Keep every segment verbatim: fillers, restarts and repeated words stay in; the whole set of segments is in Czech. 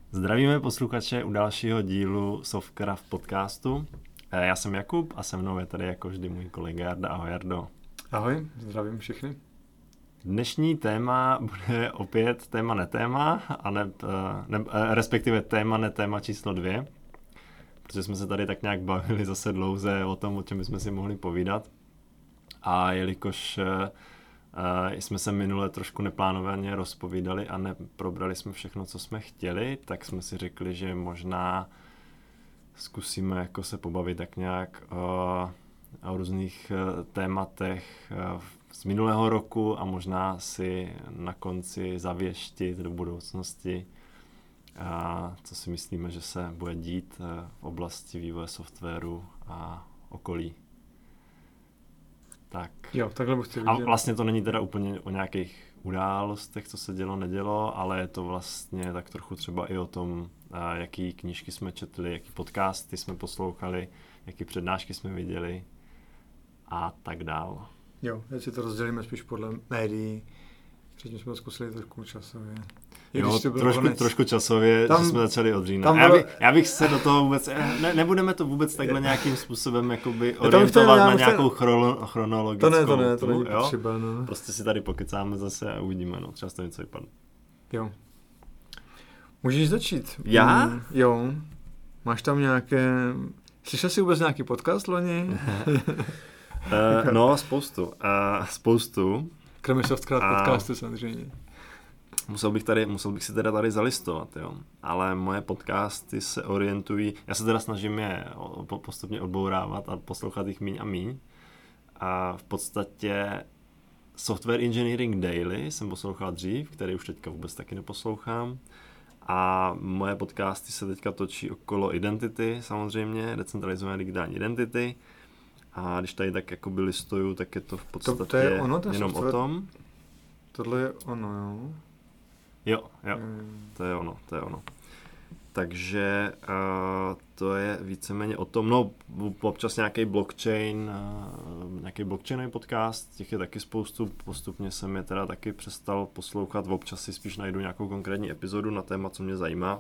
Zdravíme posluchače u dalšího dílu Softcraft podcastu. Já jsem Jakub a se mnou je tady jako vždy můj kolega Jarda. Ahoj Jardo. Ahoj, zdravím všechny. Dnešní téma bude opět téma netéma, a ne, ne, respektive téma netéma číslo dvě, protože jsme se tady tak nějak bavili zase dlouze o tom, o čem bychom si mohli povídat. A jelikož Uh, jsme se minule trošku neplánovaně rozpovídali a neprobrali jsme všechno, co jsme chtěli, tak jsme si řekli, že možná zkusíme jako se pobavit tak nějak uh, o různých uh, tématech uh, z minulého roku a možná si na konci zavěštit do budoucnosti, uh, co si myslíme, že se bude dít uh, v oblasti vývoje softwaru a okolí. Tak. Jo, takhle bych chtěl A vlastně to není teda úplně o nějakých událostech, co se dělo, nedělo, ale je to vlastně tak trochu třeba i o tom, jaký knížky jsme četli, jaký podcasty jsme poslouchali, jaký přednášky jsme viděli a tak dál. Jo, teď si to rozdělíme spíš podle médií. Předtím jsme to zkusili trošku časově. I jo, trošku, trošku časově, tam, že jsme začali od října. Bylo... Já, bych, já bych se do toho vůbec, ne, nebudeme to vůbec takhle nějakým způsobem jakoby orientovat na nějakou chrono, chronologickou. To ne, to ne, to není potřeba, no. Prostě si tady pokecáme zase a uvidíme, no, třeba to něco vypadne. Jo. Můžeš začít. Já? Mm, jo. Máš tam nějaké, slyšel jsi vůbec nějaký podcast loni? uh, no, spoustu. Uh, spoustu. Kromě Softcraft a... podcastu samozřejmě. Musel bych, tady, musel bych si teda tady zalistovat, jo. Ale moje podcasty se orientují, já se teda snažím je postupně odbourávat a poslouchat jich míň a míň. A v podstatě Software Engineering Daily jsem poslouchal dřív, který už teďka vůbec taky neposlouchám. A moje podcasty se teďka točí okolo identity, samozřejmě, decentralizované digitální identity. A když tady tak jakoby listuju, tak je to v podstatě to, to je ono, jenom software... o tom. Tohle je ono, jo? Jo, jo, to je ono, to je ono. Takže uh, to je víceméně o tom, no občas nějaký blockchain, uh, nějaký blockchainový podcast, těch je taky spoustu, postupně jsem je teda taky přestal poslouchat, občas si spíš najdu nějakou konkrétní epizodu na téma, co mě zajímá.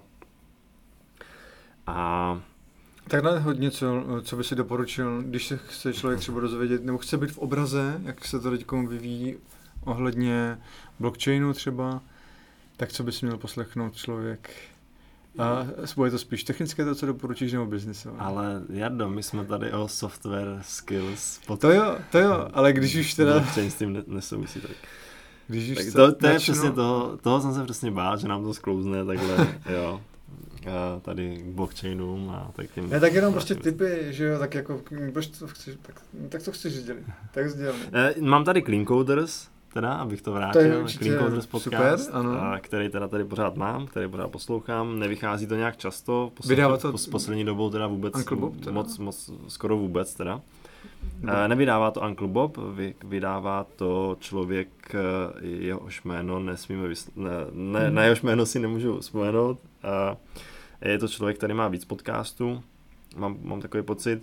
A... Takhle hodně, co, co by si doporučil, když se chce člověk třeba dozvědět, nebo chce být v obraze, jak se to teď vyvíjí ohledně blockchainu třeba, tak co bys měl poslechnout člověk? A bude to spíš technické to, co doporučíš, nebo biznisové? Ale Jardo, my jsme tady o software skills. Pod... To jo, to jo, ale když už teda... Blockchain s tím nesouvisí tak. Když už tak to, to je načnu... přesně toho, toho jsem se přesně bál, že nám to sklouzne takhle, jo. A tady k blockchainům a tak tím... Ne, tak jenom prostě typy, že jo, tak jako, proč to chceš, tak, tak to chceš sdělit, tak sdělím. Mám tady Clean Coders, teda, abych to vrátil, to Clean Coders podcast, super, ano. A, který teda tady pořád mám, který pořád poslouchám, nevychází to nějak často, poslední, to s poslední dobou teda vůbec, Bob, teda. moc, moc, skoro vůbec teda. No. Nevydává to Uncle Bob, vydává to člověk, jehož jméno nesmíme vysl... ne, ne, hmm. na jehož jméno si nemůžu vzpomenout. Je to člověk, který má víc podcastů, mám, mám takový pocit.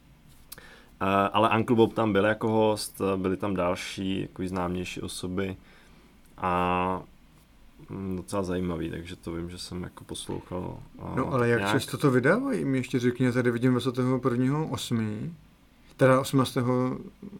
Ale Uncle Bob tam byl jako host, byly tam další jako známější osoby a docela zajímavý, takže to vím, že jsem jako poslouchal. No ale jak nějak... často to vydávají? Mi ještě řekni, tady vidím dvacátého prvního osmého teda osmnáctého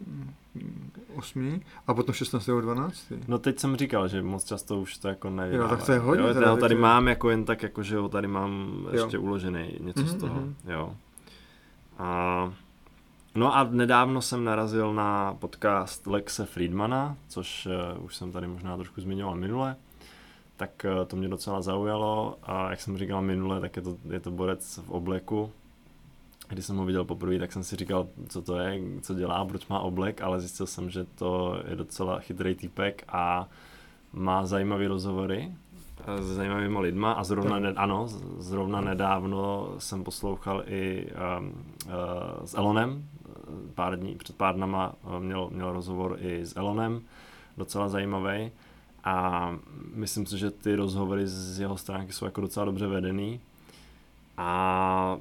osmého a potom šestnáctého dvanáctého No teď jsem říkal, že moc často už to jako nevydávají. Jo, tak to je hodně. Jo, teda, tady to... mám jako jen tak, jako, že ho tady mám jo. ještě uložený něco mm-hmm. z toho. Jo. A... No a nedávno jsem narazil na podcast Lexe Friedmana, což uh, už jsem tady možná trošku zmiňoval minule, tak uh, to mě docela zaujalo a jak jsem říkal minule, tak je to, je to borec v obleku. Když jsem ho viděl poprvé, tak jsem si říkal, co to je, co dělá, proč má oblek, ale zjistil jsem, že to je docela chytrý týpek a má zajímavý rozhovory s zajímavýma lidma a zrovna, ne, ano, zrovna nedávno jsem poslouchal i um, uh, s Elonem, pár dní, před pár dnama měl, měl rozhovor i s Elonem, docela zajímavý a myslím si, že ty rozhovory z jeho stránky jsou jako docela dobře vedený a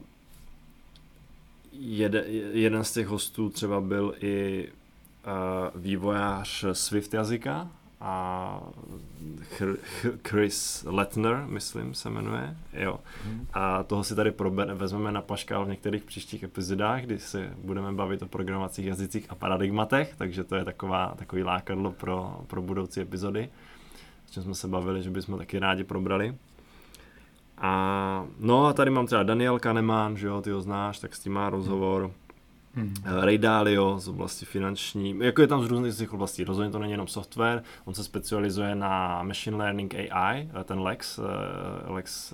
jede, jeden z těch hostů třeba byl i uh, vývojář Swift jazyka a Chris Lettner, myslím, se jmenuje, jo. Hmm. A toho si tady prober, vezmeme na paškál v některých příštích epizodách, kdy se budeme bavit o programovacích jazycích a paradigmatech, takže to je taková, takový lákadlo pro, pro budoucí epizody, s čím jsme se bavili, že bychom taky rádi probrali. A no a tady mám třeba Daniel Kahneman, že jo, ty ho znáš, tak s tím má rozhovor. Hmm. Hmm. Ray Dalio z oblasti finanční, jako je tam z různých z těch oblastí, rozhodně to není jenom software, on se specializuje na machine learning A I, ten Lex, Lex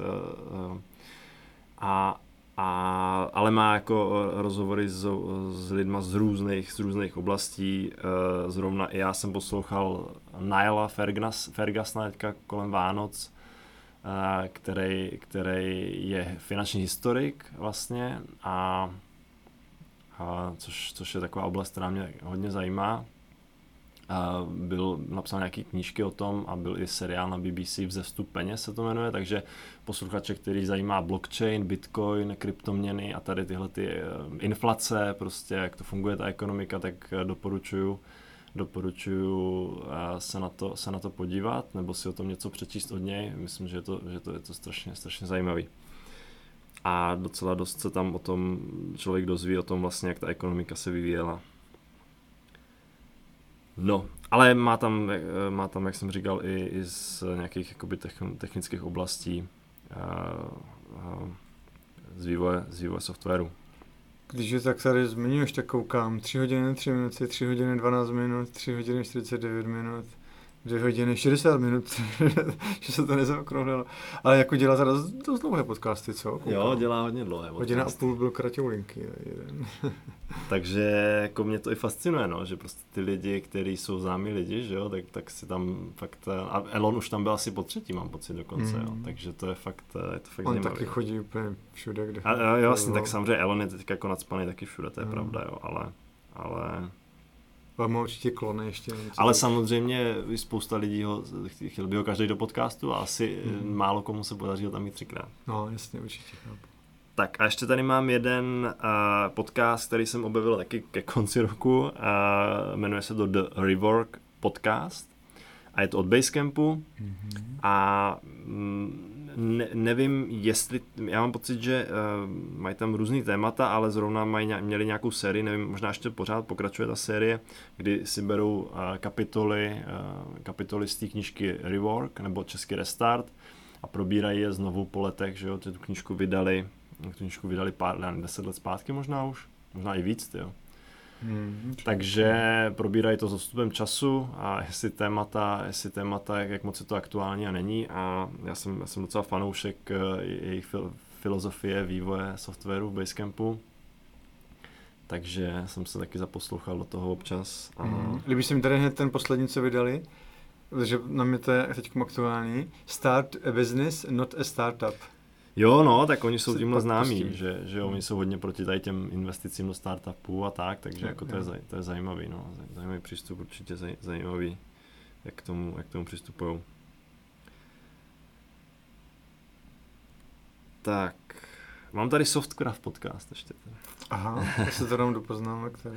a, a, ale má jako rozhovory s, s lidma z různých, z různých oblastí, zrovna i já jsem poslouchal Niala Fergusona teďka kolem Vánoc, který, který je finanční historik vlastně a A což, což je taková oblast, která mě hodně zajímá. A byl napsal nějaký knížky o tom a byl i seriál na B B C Vzestup peněz se to jmenuje, takže posluchače, který zajímá blockchain, bitcoin, kryptoměny a tady tyhle ty inflace, prostě jak to funguje ta ekonomika, tak doporučuju, doporučuju se na to, se na to podívat nebo si o tom něco přečíst od něj. Myslím, že je to, že to je to strašně, strašně zajímavý. A docela dost se tam o tom člověk dozví, o tom vlastně, jak ta ekonomika se vyvíjela. No, ale má tam, má tam jak jsem říkal, i, i z nějakých jakoby technických oblastí a, a z, vývoje, z vývoje softwaru. Když je tak tady zmiňuješ, tak koukám tři hodiny tři minuty, tři hodiny dvanáct minut, tři hodiny čtyřicet devět minut. dvě hodiny šedesát minut, že se to nezaokrouhlilo. Ale jako dělá teda dost dlouhé podcasty, co? Koukám. Jo, dělá hodně dlouhé podcasty. Hodina a půl byl kraťoulinky. Jeden. Takže jako mě to i fascinuje, no, že prostě ty lidi, kteří jsou známí lidi, že jo, tak, tak si tam fakt, a Elon už tam byl asi po třetí, mám pocit dokonce, mm. jo, takže to je fakt, je to fakt On zajímavé. taky chodí úplně všude, kde... A, jo, vlastně, tak samozřejmě Elon je teď jako nacpaný taky všude, to je mm. pravda, jo, ale, ale... Ale má určitě klony ještě. Ale tak... samozřejmě spousta lidí ho, chtěl by ho každý do podcastu a asi mm. málo komu se podaří ho tam mít třikrát. No, jasně, určitě. Tak a ještě tady mám jeden uh, podcast, který jsem objevil taky ke konci roku. Uh, jmenuje se to The Rework Podcast a je to od Basecampu. Mm-hmm. A ne, nevím, jestli, já mám pocit, že uh, mají tam různý témata, ale zrovna mají, měli nějakou sérii, nevím, možná ještě pořád pokračuje ta série, kdy si berou uh, kapitoly, uh, kapitoly z té knížky Rework nebo český Restart a probírají je znovu po letech, že jo, tu knížku vydali, tu knížku vydali pár, nevím, deset let zpátky možná už, možná i víc, jo. Hmm, Takže probírají to s odstupem času a jestli témata, jestli témata, jak, jak moc je to aktuální a není a já jsem, já jsem docela fanoušek jejich fil, filozofie vývoje softwaru v Basecampu, takže jsem se taky zaposlouchal do toho občas. A... Hmm. Líbí se mi tady hned ten poslední, co vydali, protože na mě to je teď aktuální. Start a business, not a startup. Jo, no, tak oni jsou tímhle známí, že, že oni jsou hodně proti tady těm investicím do startupů a tak, takže je, jako to, je, to je zajímavý, no, zajímavý přístup, určitě zaj, zajímavý, jak k tomu, jak k tomu přistupujou. Tak, mám tady Softcraft podcast ještě. Tady. Aha, já se to dám do poznámek tady.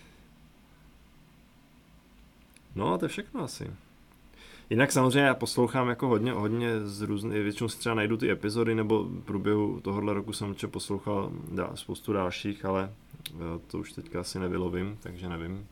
No, to je všechno asi. Jinak samozřejmě já poslouchám jako hodně, hodně z různých, většinou si třeba najdu ty epizody, nebo v průběhu tohohle roku jsem určitě poslouchal dá, spoustu dalších, ale to už teďka asi nevylovím, takže nevím.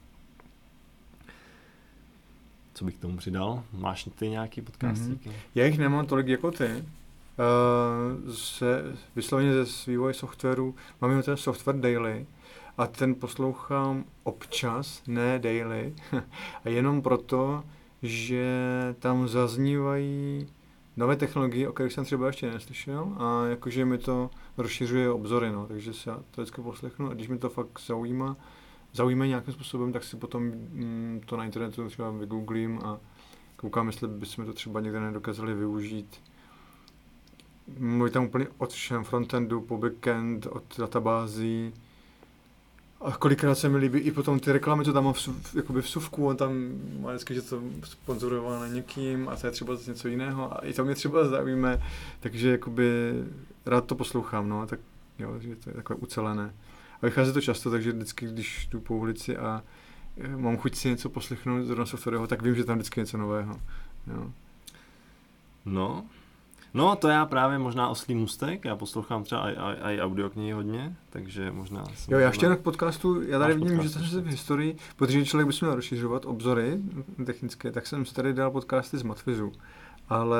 Co bych k tomu přidal? Máš ty nějaký podcastíky? Mm-hmm. Já jich nemám tolik jako ty. Uh, se, vysloveně ze vývoje softwaru, mám jenom ten Software Daily a ten poslouchám občas, ne daily, a jenom proto, že tam zaznívají nové technologie, o kterých jsem třeba ještě neslyšel a jakože mi to rozšiřuje obzory, no, takže si já to vždycky poslechnu a když mi to fakt zaujíma, zaujíme nějakým způsobem, tak si potom mm, to na internetu třeba vygooglím a koukám, jestli bychom to třeba někde nedokázali využít. Mluví tam úplně od všem frontendu po backend, od databází. A kolikrát se mi líbí i potom ty reklamy, co tam má v, jakoby v suvku, on tam má vždycky, že to sponzorované někým a to je třeba zase něco jiného a i to mě třeba zaujíme, takže jakoby rád to poslouchám, no, tak jo, že to je takové ucelené. A vychází to často, takže vždycky, když jdu po ulici a mám chuť si něco poslechnout zrovna softwarového, tak vím, že tam vždycky něco nového. Jo. No, no to já právě možná oslý můstek, já poslouchám třeba i audioknihy hodně, takže možná... Jo, já ještě jen k podcastu, já tady vidím, že jsem se v historii, protože člověk by se měl rozšiřovat obzory technické, tak jsem si tady dal podcasty z Matvizu, ale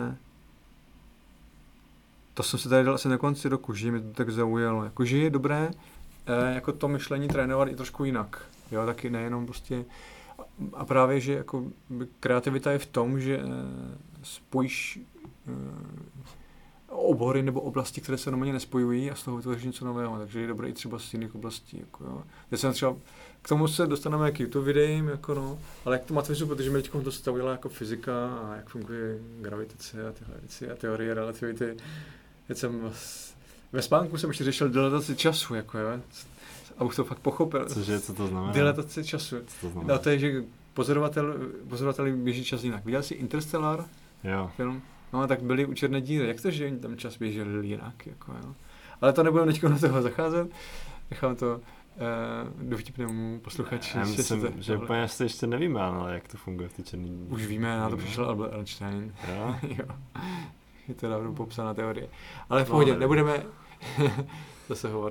to jsem se tady dal asi na konci roku, že mi to tak zaujalo, jakože je dobré eh, jako to myšlení trénovat i trošku jinak, jo, taky nejenom prostě a právě, že jako kreativita je v tom, že eh, spojíš eh, obory nebo oblasti, které se normálně nespojují a z toho vytvoříš něco nového, takže je dobré i třeba z jiných oblastí. Jako jo. Teď jsem třeba, k tomu se dostaneme k YouTube videím, jako no, ale jak to Matvizu, protože mi teď to stavila jako fyzika a jak funguje gravitace a tyhle věci a teorie relativity. Teď jsem ve spánku jsem ještě řešil dilataci času, jako jo, abych to fakt pochopil. Cože, co to znamená? Dilatace času. Co to znamená? No to je, že pozorovatel, pozorovatel běží čas jinak. Viděl jsi Interstellar? Jo. Film? No tak byly u černé díry. Jak to, že tam čas běžel jinak? Jako, jo? Ale to nebudeme teď na toho zacházet. Nechám to uh, dovtipnému posluchači. Já myslím, že, že úplně se ještě nevíme, ale jak to funguje v té černé díře. Už víme, na to přišel Albert Einstein. Jo? Jo. Je to dávno popsaná teorie. Ale v pohodě, no, nebudeme zasahovat.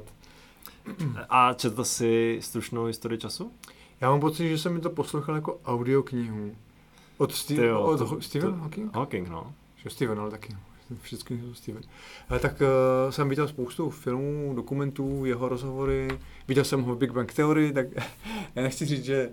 A četl jsi Stručnou historii času? Já mám pocit, že jsem mi to poslouchal jako audioknihu. Od, Steve, jo, od to, Stephen to, Hawking? Hawking, no. Že Stephen, ale taky. Všichni jsou Steven. Ale tak uh, jsem viděl spoustu filmů, dokumentů, jeho rozhovory. Viděl jsem ho v Big Bang Theory, tak já nechci říct, že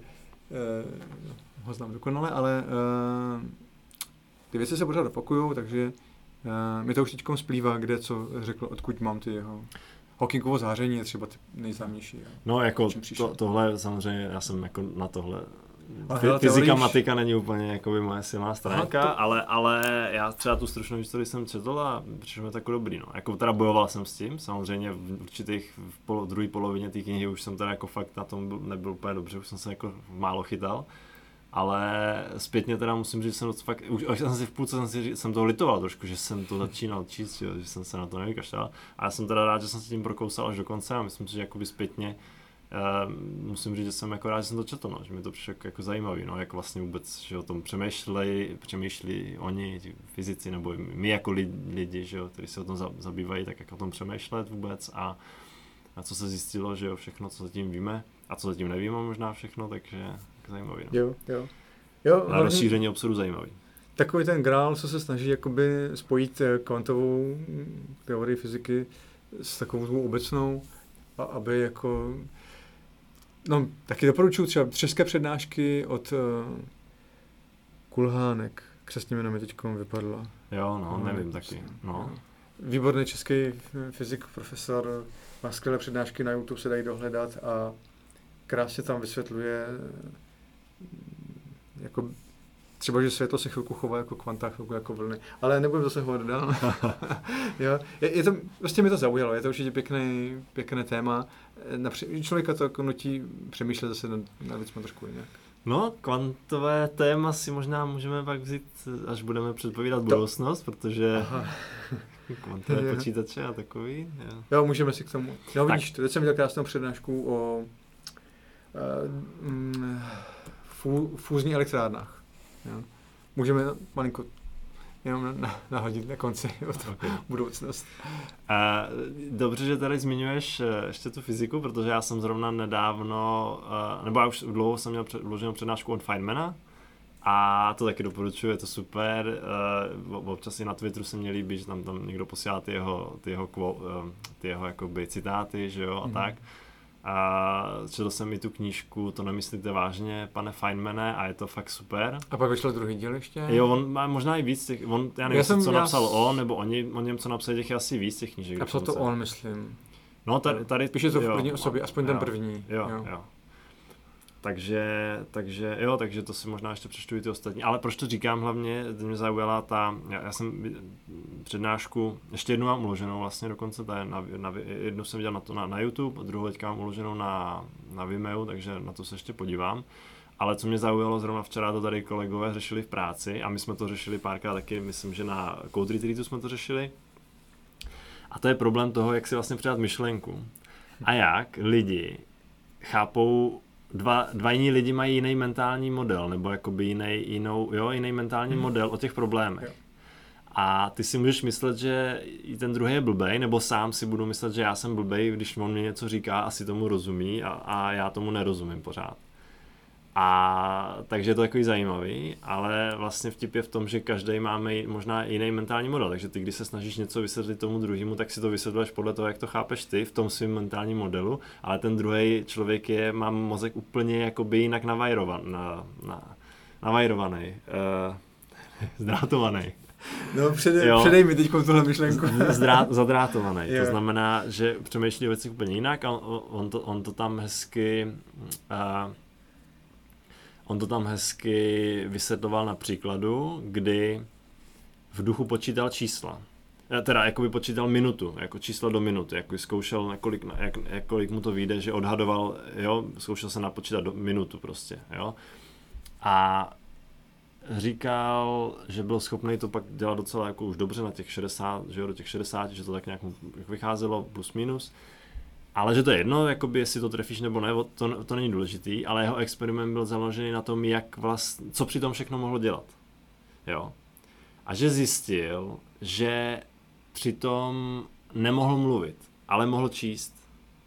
uh, ho znám dokonale, ale uh, ty věci se pořád opakujou, takže uh, mi to už teďkom splývá, kde co řekl, odkud mám ty jeho... Hawkingovo záření je třeba nejznámější. Jo. No jako to, tohle samozřejmě, já jsem jako na tohle... F- fyzika, matika není úplně jakoby moje silná stránka, Aha, to... ale, ale já třeba tu Stručnou historii jsem četl a přišlo mi tak dobrý, no. Jako teda bojoval jsem s tím, samozřejmě v určitých, v polo, druhé polovině té knihy už jsem teda jako fakt na tom byl, nebyl úplně dobře, už jsem se jako málo chytal, ale zpětně teda musím říct, že jsem to fakt, už jsem si v půlce jsem, si, jsem toho litoval trošku, že jsem to začínal číst, že jsem se na to nevykašlal, a já jsem teda rád, že jsem se tím prokousal až do konce a myslím si, že jakoby zpětně Uh, musím říct, že jsem jako rád, že jsem to četl, no, že mi to přišlo jako, jako zajímavý, no, jak vlastně vůbec, že o tom přemýšlej, přemýšlí oni, ti fyzici, nebo my jako lidi, že jo, kteří se o tom zabývají, tak jak o tom přemýšlet vůbec a, a co se zjistilo, že jo, všechno, co zatím víme a co zatím nevíme možná všechno, takže tak zajímavý, no. Jo, jo. Jo, a rozšíření obsahu zajímavý. Takový ten grál, co se snaží jakoby spojit kvantovou teorii fyziky s takovou tou obecnou, a aby jako no, taky doporučuji třeba české přednášky od uh, Kulhánek. Křestní jméno mi teďkom vypadla. Jo, no, Kulhánek, nevím taky. No. Výborný český fyzik, profesor, má skvělé přednášky, na YouTube se dají dohledat a krásně tam vysvětluje jako třeba, že světlo se chvilku chová jako kvanta, chvilku jako vlny. Ale nebudem zase hovorit dál. Jo, je, je to, vlastně mi to zaujalo, je to určitě pěkný, pěkné téma. Napři- člověka to jako nutí přemýšlet zase nad, nad věcmi trošku jinak. No, kvantové téma si možná můžeme pak vzít, až budeme předpovídat to... budoucnost, protože Aha. kvantové počítače a takový. Jo. jo, můžeme si k tomu. No vidíš, teď jsem viděl krásnou přednášku o uh, mm, fú, fúzní elektrárnách. Jo. Můžeme malinko jenom na, nahodit na konci okay. budoucnost. A, dobře, že tady zmiňuješ ještě tu fyziku, protože já jsem zrovna nedávno, nebo já už dlouho jsem měl vloženou přednášku od Feynmana a to taky doporučuji, je to super. Občas i na Twitteru se mě líbí, že tam, tam někdo posílá ty jeho, ty jeho, ty jeho jakoby citáty, že jo, a mm. tak. A četl jsem i tu knížku, to nemyslíte vážně, pane Feynmane, a je to fakt super. A pak vyšel druhý díl ještě? Jo, on má možná i víc těch, on, já nevím, já jsem, co já napsal s... on, nebo oni, o něm, co napsal, těch je asi víc těch knížek. Napsal to on, myslím. No, tady, tady píše to v první jo, osobě, aspoň jo, ten první. Jo, jo. jo. Takže, takže, jo, takže to si možná ještě přečtu i ty ostatní. Ale proč to říkám hlavně, to mě zaujala ta, já, já jsem přednášku, ještě jednu mám uloženou vlastně dokonce, ta je na, na, jednu jsem viděl na, to, na, na YouTube, a druhou teďka mám uloženou na, na Vimeo, takže na to se ještě podívám. Ale co mě zaujalo, zrovna včera to tady kolegové řešili v práci a my jsme to řešili párkrát taky, myslím, že na Code Retreatu jsme to řešili. A to je problém toho, jak si vlastně předat myšlenku. A jak lidi chápou dva, dva jiní lidi mají jiný mentální model, nebo jakoby jiný, jinou, jo, jiný mentální hmm. model o těch problémech. Jo. A ty si můžeš myslet, že ten druhý je blbej, nebo sám si budu myslet, že já jsem blbej, když on mě něco říká, asi tomu rozumí a, a já tomu nerozumím pořád. A takže je to takový zajímavý, ale vlastně vtip je v tom, že každý máme možná jiný mentální model, takže ty, když se snažíš něco vysvětlit tomu druhému, tak si to vysvětluješ podle toho, jak to chápeš ty v tom svém mentálním modelu, ale ten druhý člověk je, má mozek úplně jakoby jinak navajrovan, na, na, navajrovaný, uh, zdrátovaný. No předej, předej mi teď tuhle myšlenku. Zdrát, zadrátovaný, to znamená, že přemýšlí o věcech úplně jinak a on, on, to, on to tam hezky... Uh, On to tam hezky vysvětloval na příkladu, kdy v duchu počítal čísla. Teda jakoby počítal minutu, jako číslo do minuty, jako zkoušel, nakolik, jak, jak, kolik mu to vyjde, že odhadoval, jo, zkoušel se napočítat do minutu prostě, jo. A říkal, že byl schopný to pak dělat docela jako už dobře na těch šedesát, že jo, do těch šedesáti, že to tak nějak vycházelo plus minus. Ale že to je jedno, jakoby, jestli to trefíš nebo ne, to, to není důležitý, ale jeho experiment byl založený na tom, jak vlastně, co při tom všechno mohlo dělat. Jo. A že zjistil, že přitom nemohl mluvit, ale mohl číst.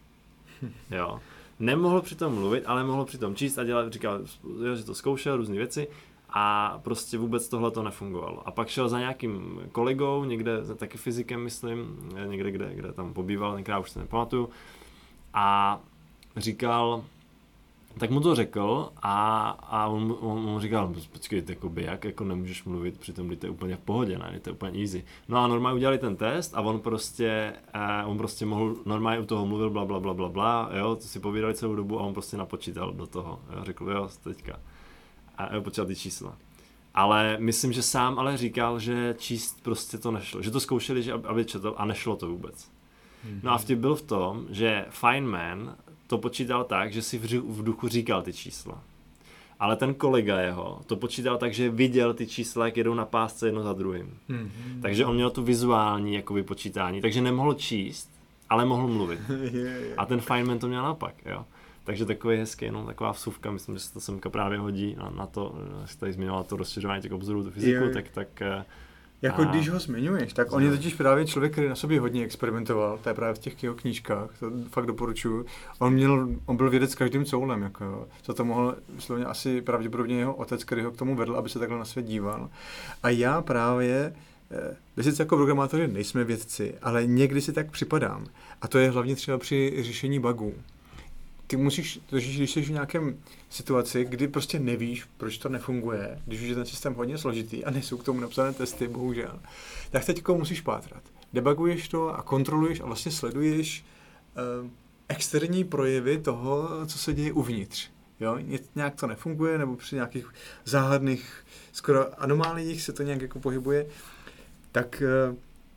Jo. Nemohl přitom mluvit, ale mohl přitom číst a dělat, říkal, že to zkoušel, různé věci a prostě vůbec tohle to nefungovalo. A pak šel za nějakým kolegou, někde, taky fyzikem myslím, někde, kde, kde tam pobýval, některá už se nepamatuju, a říkal, tak mu to řekl a, a on, on, on říkal, počkej, jakoby, jak jako nemůžeš mluvit, přitom když to je úplně v pohodě, ne, to je úplně easy. No a normálně udělali ten test a on prostě, uh, on prostě mohl, normálně u toho mluvil bla bla bla bla bla, jo, to si povídali celou dobu a on prostě napočítal do toho, jo, řekl, jo, teďka. A jo, počítal ty čísla. Ale myslím, že sám ale říkal, že číst prostě to nešlo, že to zkoušeli, že aby četl a nešlo to vůbec. Mm-hmm. No a vtip byl v tom, že Feynman to počítal tak, že si v, v duchu říkal ty čísla. Ale ten kolega jeho to počítal tak, že viděl ty čísla, jak jedou na pásce jedno za druhým. Mm-hmm. Takže on měl tu vizuální jakoby počítání, takže nemohl číst, ale mohl mluvit. yeah, yeah. A ten Feynman to měl naopak, jo. Takže takový hezký, jenom taková vsuvka, myslím, že se to semka právě hodí na, na to, jak jsi tady zmiňoval to rozšiřování těch obzorů, tu fyziku, yeah. tak... tak Jako a... když ho zmiňuješ, tak on je totiž právě člověk, který na sobě hodně experimentoval, to je právě v těch jeho knížkách, to fakt doporučuju. On měl, on byl vědec každým coulem, jako, co to mohl, slovně asi pravděpodobně jeho otec, který ho k tomu vedl, aby se takhle na svět díval. A já právě, my sice jako programátoři nejsme vědci, ale někdy si tak připadám. A to je hlavně třeba při řešení bugů. Ty musíš, když jsi v nějakém situaci, kdy prostě nevíš, proč to nefunguje, když už je ten systém hodně složitý a nejsou k tomu napsané testy, bohužel, tak teď musíš pátrat. Debuguješ to a kontroluješ a vlastně sleduješ uh, externí projevy toho, co se děje uvnitř. Jo? Nějak to nefunguje, nebo při nějakých záhadných, skoro anomáliích se to nějak jako pohybuje, tak, uh,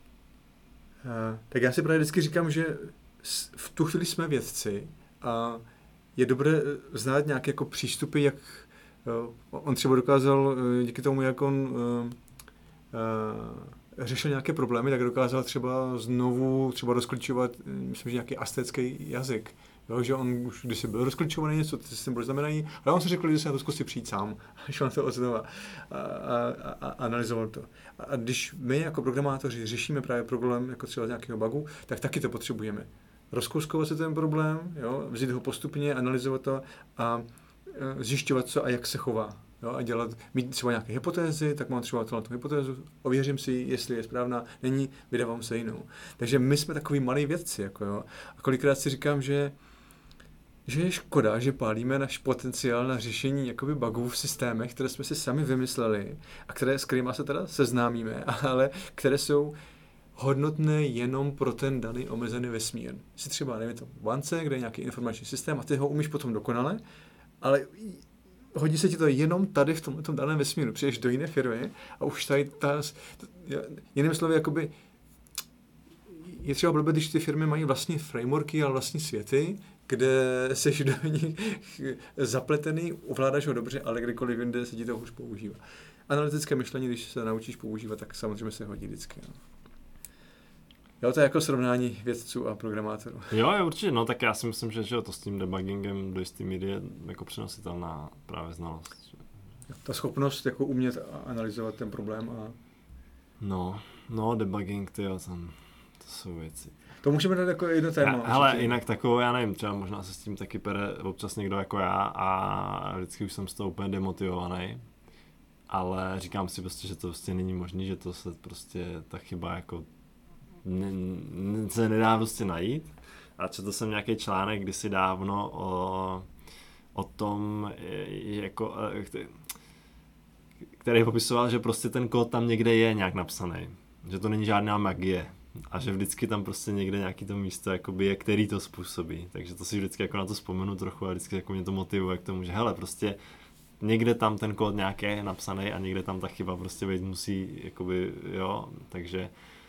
uh, tak já si právě vždycky říkám, že v tu chvíli jsme vědci, a je dobré znát nějaké jako přístupy, jak uh, on třeba dokázal, uh, díky tomu, jak on uh, uh, řešil nějaké problémy, tak dokázal třeba znovu třeba rozklíčovat, myslím, že nějaký aztécký jazyk. Jo, že on už, když se byl rozklíčovaný něco, ty symboly znamenají, ale on si řekl, že se na to zkusí přijít sám, a šel na to odznova a, a, a, a analyzoval to. A když my jako programátoři řešíme právě problém jako třeba nějakého bugu, tak taky to potřebujeme. Rozkouskovat si ten problém, jo, vzít ho postupně, analyzovat to a zjišťovat, co a jak se chová. Jo, a dělat, mít třeba nějaké hypotézy, tak mám třeba tu hypotézu, ověřím si, jestli je správná, není, vydávám se jinou. Takže my jsme takový malí vědci. Jako jo. A kolikrát si říkám, že, že je škoda, že pálíme náš potenciál na řešení jakoby bugů v systémech, které jsme si sami vymysleli a které, s kterými se teda seznámíme, ale které jsou hodnotné jenom pro ten daný omezený vesmír. Jsi třeba, nevím, to bance, kde je nějaký informační systém a ty ho umíš potom dokonale, ale hodí se ti to jenom tady v tom, tom daném vesmíru. Přijdeš do jiné firmy a už tady ta, jinými slovy, jakoby je třeba blbé, když ty firmy mají vlastní frameworky a vlastní světy, kde seš do nich zapletený, ovládáš ho dobře, ale kdykoliv jinde se ti to hůř používá. Analytické myšlení, když se naučíš používat, tak samozřejmě se hodí vždycky. No. Jo, to je jako srovnání vědců a programátorů. Jo, je určitě, no tak já si myslím, že, že to s tím debuggingem do jisté míry je jako přenositelná právě znalost. Ta schopnost jako umět analyzovat ten problém a... No, no debugging, tyjo, tam, to jsou věci. To můžeme dát jako jedno téma. Já, hele, jinak takovou, já nevím, třeba možná se s tím taky pere občas někdo jako já a vždycky už jsem z toho úplně demotivovaný. Ale říkám si prostě, že to prostě není možný, že to se prostě ta chyba jako ne, ne, se nedá prostě najít. A četl jsem nějaký článek kdysi dávno o, o tom, jako, který popisoval, že prostě ten kód tam někde je nějak napsaný. Že to není žádná magie. A že vždycky tam prostě někde nějaký to místo jakoby je, který to způsobí. Takže to si vždycky jako na to vzpomenu trochu a vždycky jako mě to motivuje k tomu, že hele, prostě někde tam ten kód nějaký je napsaný a někde tam ta chyba prostě být musí, jakoby, jo, takže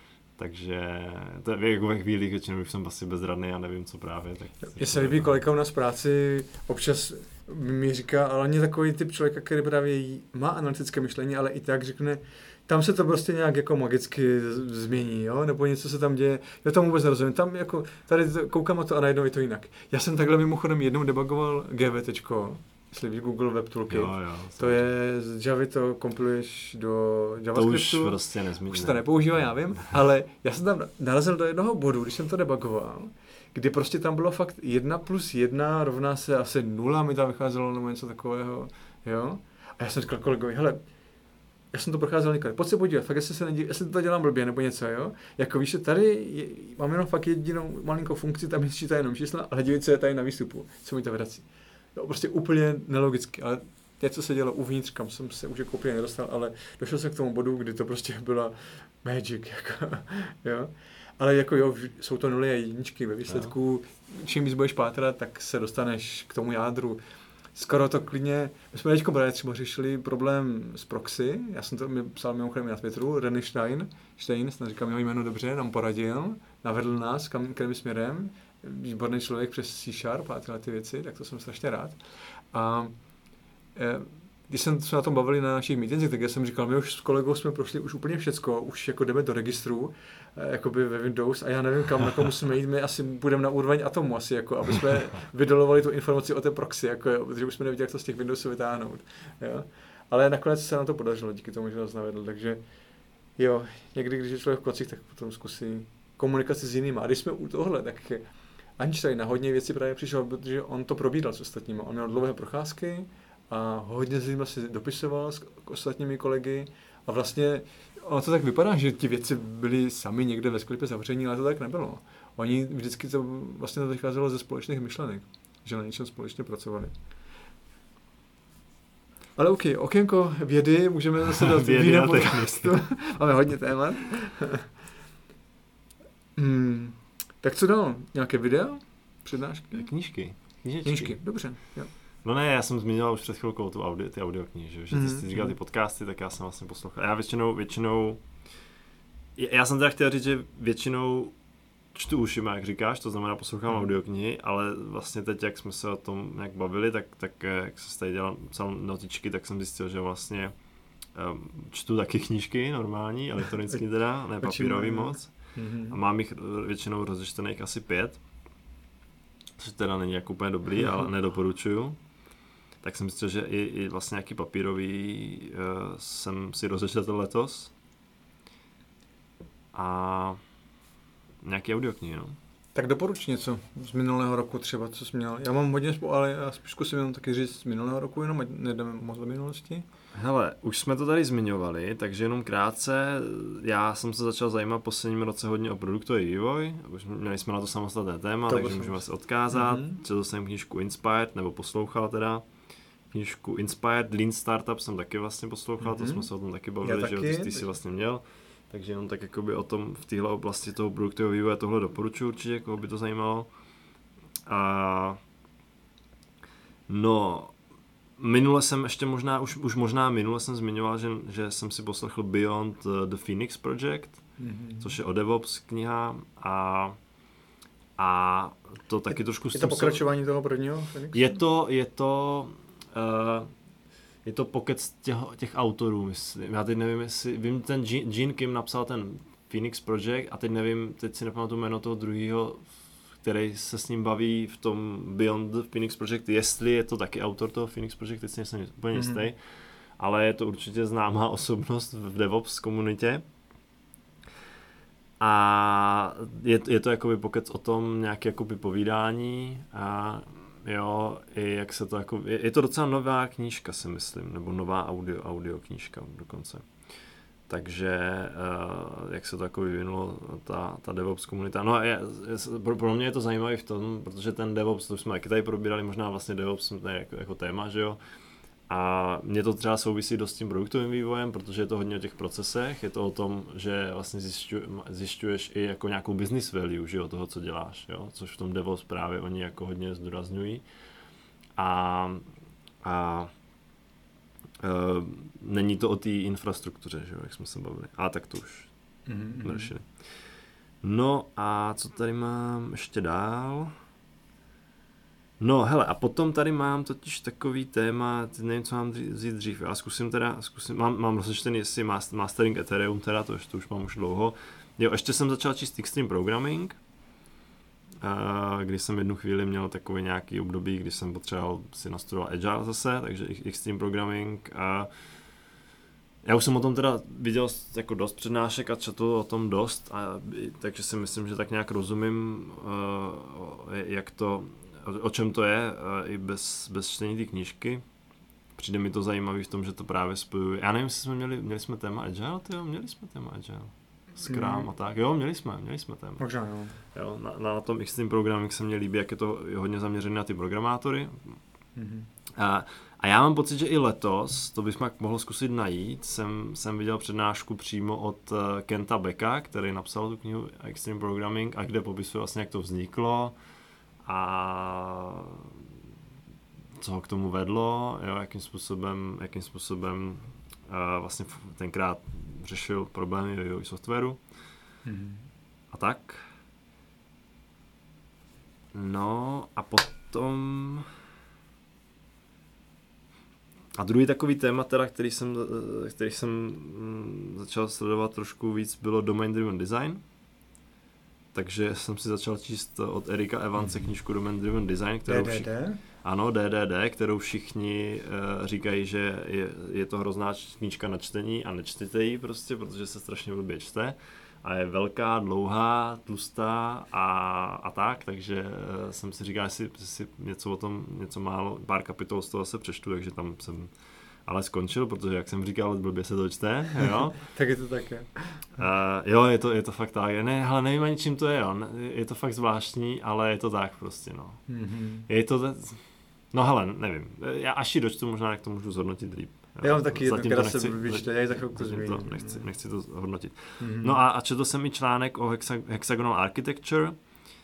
takže to je jako ve chvíli, většinou už jsem asi bezradný a nevím, co právě. Tak Mně se líbí, kolega u nás v práci občas mi říká, ale on je takový typ člověka, který právě má analytické myšlení, ale i tak řekne, tam se to prostě nějak jako magicky změní, jo, nebo něco se tam děje, já tam vůbec nerozumím, tam jako, tady koukám na to a najednou je to jinak. Já jsem takhle mimochodem jednou debugoval GWTčko, jestli víš Google Web Toolkit, jo, jo, to je z Javy, to kompiluješ do JavaScriptu. To už prostě nezmíní. Už to nepoužívá, já vím, ale já jsem tam narazil do jednoho bodu, když jsem to debugoval, kdy prostě tam bylo fakt jedna plus jedna rovná se asi nula, mi tam vycházelo nebo něco takového, jo. A já jsem říkal kolegovi, hele, já jsem to procházel někde, pojď se podívat, fakt jestli, se nedí, jestli to dělám blbě nebo něco, jo. Jako víš, že tady je, mám jenom fakt jedinou malinkou funkci, tam je sčítá jenom čísla, ale dívej, co je tady na výstupu, co mi to vrací. Jo, prostě úplně nelogicky, ale něco se dělo uvnitř, kam jsem se už jako úplně nedostal, ale došel jsem k tomu bodu, kdy to prostě byla magic, jako, jo. Ale jako jo, jsou to nuly a jedničky ve výsledku, čím víc budeš pátrat, tak se dostaneš k tomu jádru. Skoro to klidně, my jsme teďko právě třeba řešili problém s proxy, já jsem to mi psal mimochodem na Twitteru, René Stein, Stein, snad říkám jeho jméno dobře, nám poradil, navedl nás kam, kterým směrem, výborný člověk přes C Sharp a tyhle ty věci, tak to jsem strašně rád. A e, když jsem se na tom bavili na našich meetingsech, tak já jsem říkal, my už s kolegou jsme prošli už úplně všecko, už jako jdeme do registru, e, jakoby ve Windows a já nevím, kam, na kom musíme jít, my asi budeme na úroveň Atomu asi, jako, aby jsme vydolovali tu informaci o té proxy, jako, jo, protože už jsme nevěděli, jak to z těch Windowsů vytáhnout. Jo. Ale nakonec se nám to podařilo, díky tomu, že nás navedl, takže jo, někdy, když je člověk v kocích, tak potom zkusí komunikaci s jinými. A když jsme u tohle, tak Einstein na hodně věcí právě přišel, protože on to probíral s ostatními. On měl dlouhé procházky a hodně s nimi si dopisoval s ostatními kolegy a vlastně ono to tak vypadá, že ti věci byli sami někde ve sklepě zavření, ale to tak nebylo. Oni vždycky to vlastně to vycházelo ze společných myšlenek, že na něčem společně pracovali. Ale ok, okénko vědy, můžeme zase dát vědy podcastu. Máme hodně témat. hmm. Tak co dál? Nějaké videa? Přednášky? Knížky. Knížečky. Knížky, dobře. Jo. No ne, já jsem zmiňoval už před chvilkou tu audio, ty audioknihy, že mm-hmm. ty jsi říkal ty podcasty, tak já jsem vlastně poslouchal. Já většinou, většinou, já jsem teda chtěl říct, že většinou čtu ušima, jak říkáš, to znamená poslouchám mm. audioknihy, ale vlastně teď, jak jsme se o tom nějak bavili, tak, tak jak se tady dělal psal notičky, tak jsem zjistil, že vlastně um, čtu taky knížky normální, elektronicky teda, ne papírový moc. Mm-hmm. A mám jich většinou rozečtených asi pět, což teda není jako úplně dobrý, mm-hmm. ale nedoporučuju. Tak jsem zjistil, že i, i vlastně nějaký papírový uh, jsem si rozečetl letos. A nějaký audioknihy, no. Tak doporuč něco z minulého roku třeba, co jsi měl. Já mám hodně, ale já spíš zkusím jenom taky říct z minulého roku, jenom ať nejdeme moc do minulosti. Hele, už jsme to tady zmiňovali, takže jenom krátce. Já jsem se začal zajímat v posledním roce hodně o produktový vývoj. Už měli jsme na to samostatné téma, to takže můžeme se odkázat. Mm-hmm. Četl jsem knížku Inspired, nebo poslouchal teda. Knížku Inspired, Lean Startup jsem taky vlastně poslouchal, mm-hmm. to jsme se o tom taky bavili, že taky, ty, ty jsi vlastně měl. Takže jenom tak jakoby o tom v téhle oblasti toho produktového vývoje tohle doporučuji určitě, koho by to zajímalo. A no, minule jsem ještě možná, už, už možná minule jsem zmiňoval, že, že jsem si poslechl Beyond the Phoenix Project, mm-hmm. což je o DevOps kniha a a to taky je, trošku... Je to pokračování toho prvního Phoenixa? Je to, je to... Uh, Je to pokec těch, těch autorů, myslím. Já teď nevím, jestli... Vím, ten Gene Kim napsal ten Phoenix Project a teď nevím, teď si nepamatuju jméno toho druhého, který se s ním baví v tom Beyond the Phoenix Project, jestli je to taky autor toho Phoenix Project, teď si nejsem úplně jistý, mm-hmm. ale je to určitě známá osobnost v DevOps komunitě. A je, je to jakoby pokec o tom nějaké jakoby povídání a jo, i jak se to jako, je, je to docela nová knížka, si myslím, nebo nová audio, audio knížka dokonce. Takže uh, jak se to jako vyvinulo ta, ta DevOps komunita. No a je, je, pro, pro mě je to zajímavé v tom, protože ten DevOps, to jsme taky tady probírali, možná vlastně DevOps jako, jako téma, že jo. A mě to třeba souvisí dost s tím produktovým vývojem, protože je to hodně o těch procesech, je to o tom, že vlastně zjišťuje, zjišťuješ i jako nějakou business value, že jo, toho, co děláš, jo, což v tom DevOps právě oni jako hodně zdůrazňují. A, a e, není to o té infrastruktuře, že jo, jak jsme se bavili. A tak to už mm-hmm. řešili. No a co tady mám ještě dál? No hele, a potom tady mám totiž takový téma, nevím, co mám vzít dřív, já zkusím teda, zkusím, mám, mám rozečtený, jestli mastering Ethereum teda, to, to už mám už dlouho. Jo, ještě jsem začal číst Extreme Programming, kdy jsem jednu chvíli měl takový nějaký období, kdy jsem potřeboval si nastudovat Agile zase, takže Extreme Programming. A já už jsem o tom teda viděl jako dost přednášek a četl o tom dost, a, takže si myslím, že tak nějak rozumím, jak to, o čem to je, i bez, bez čtení té knížky. Přijde mi to zajímavý v tom, že to právě spojuje. Já nevím, jestli jsme měli, měli jsme téma Agile, tyjo, měli jsme téma Agile. Scrum a tak, jo, měli jsme, měli jsme téma. Možná, jo. jo na, na tom Extreme Programming se mně líbí, jak je to hodně zaměřené na ty programátory. Mm-hmm. A, a já mám pocit, že i letos, to bychom mohli zkusit najít, jsem, jsem viděl přednášku přímo od Kenta Becka, který napsal tu knihu Extreme Programming a kde popisuje vlastně, jak to vzniklo a co ho k tomu vedlo, jo, jakým způsobem, jakým způsobem uh, vlastně tenkrát řešil problémy vývoje softwaru mm-hmm. a tak. No a potom a druhý takový téma, teda, který jsem, který jsem mm, začal sledovat trošku víc, bylo Domain Driven Design. Takže jsem si začal číst od Erika Evanse mm-hmm. knížku Domain Driven Design, kterou D D D? Všichni, ano, D D D, kterou všichni uh, říkají, že je, je to hrozná knížka na čtení a nečtěte ji prostě, protože se strašně blbě čte. A je velká, dlouhá, tlustá a, a tak, takže uh, jsem si říkal, jestli si něco o tom, něco málo, pár kapitol z toho se přečtu, takže tam jsem ale skončil, protože jak jsem říkal, blbě se to čte, jo. Tak je to také. Uh, jo, je to, je to fakt tak, ne, hele, nevím ani čím to je, jo. Je to fakt zvláštní, ale je to tak prostě, no. Mm-hmm. Je to, no hele, nevím, já až ji dočtu, možná jak to můžu zhodnotit líp. Já mám taky jednokrát se vyčte, já ji za chvilku zmíním. Nechci, nechci to hodnotit. Mm-hmm. No a, a četl jsem i článek o hexa, Hexagonal Architecture,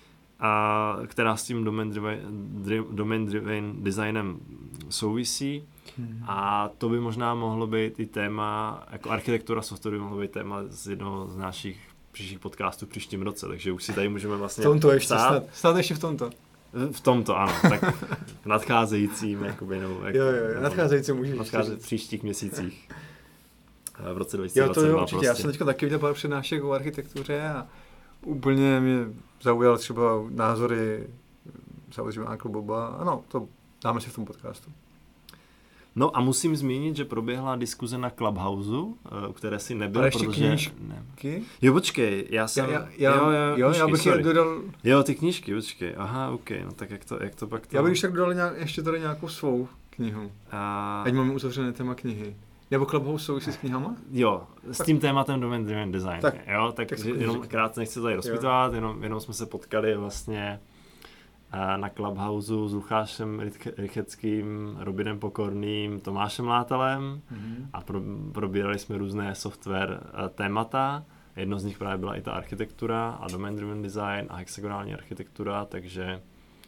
a, která s tím domain driven, domain driven designem souvisí. Hmm. A to by možná mohlo být i téma, jako architektura softwaru by mohlo být téma z jednoho z našich příštích podcastů v příštím roce, takže už si tady můžeme vlastně v tomto ještě, snad, snad ještě v tomto. V tomto, ano, tak v nadcházejícím, jakoby, nebo, jak, jo, jo, nadcházející můžeš v nadcházejících příštích měsících v roce dva tisíce dvacet dva. Jo, to jo, určitě, prostě. Já jsem teďka taky viděl pár přednášek o architektuře a úplně mě zaujal třeba názory samozřejmě Uncle Boba, ano, to dáme si v tom podcastu. No a musím zmínit, že proběhla diskuze na Clubhouse, u které si nebyl, ale ještě protože... knížky? Jo, počkej, já jsem... Já, já, jo, jo, jo, já bych jen dodal... Jo, ty knížky, počkej, aha, ok, no tak jak to, jak to pak to... Já bych tak dodal nějak, ještě tady nějakou svou knihu, a... ať máme uzavřené téma knihy. Nebo Clubhouse souvisí s knihama? Jo, s tak. tím tématem Domain Driven Design, tak, jo, tak, tak jenom krátce nechci tady rozpitovat, jenom, jenom jsme se potkali vlastně na Clubhouse s Lukášem Rycheckým, Robinem Pokorným, Tomášem Látalem mm-hmm. a pro, probírali jsme různé software témata. Jedno z nich právě byla i ta architektura a domain driven design a hexagonální architektura, takže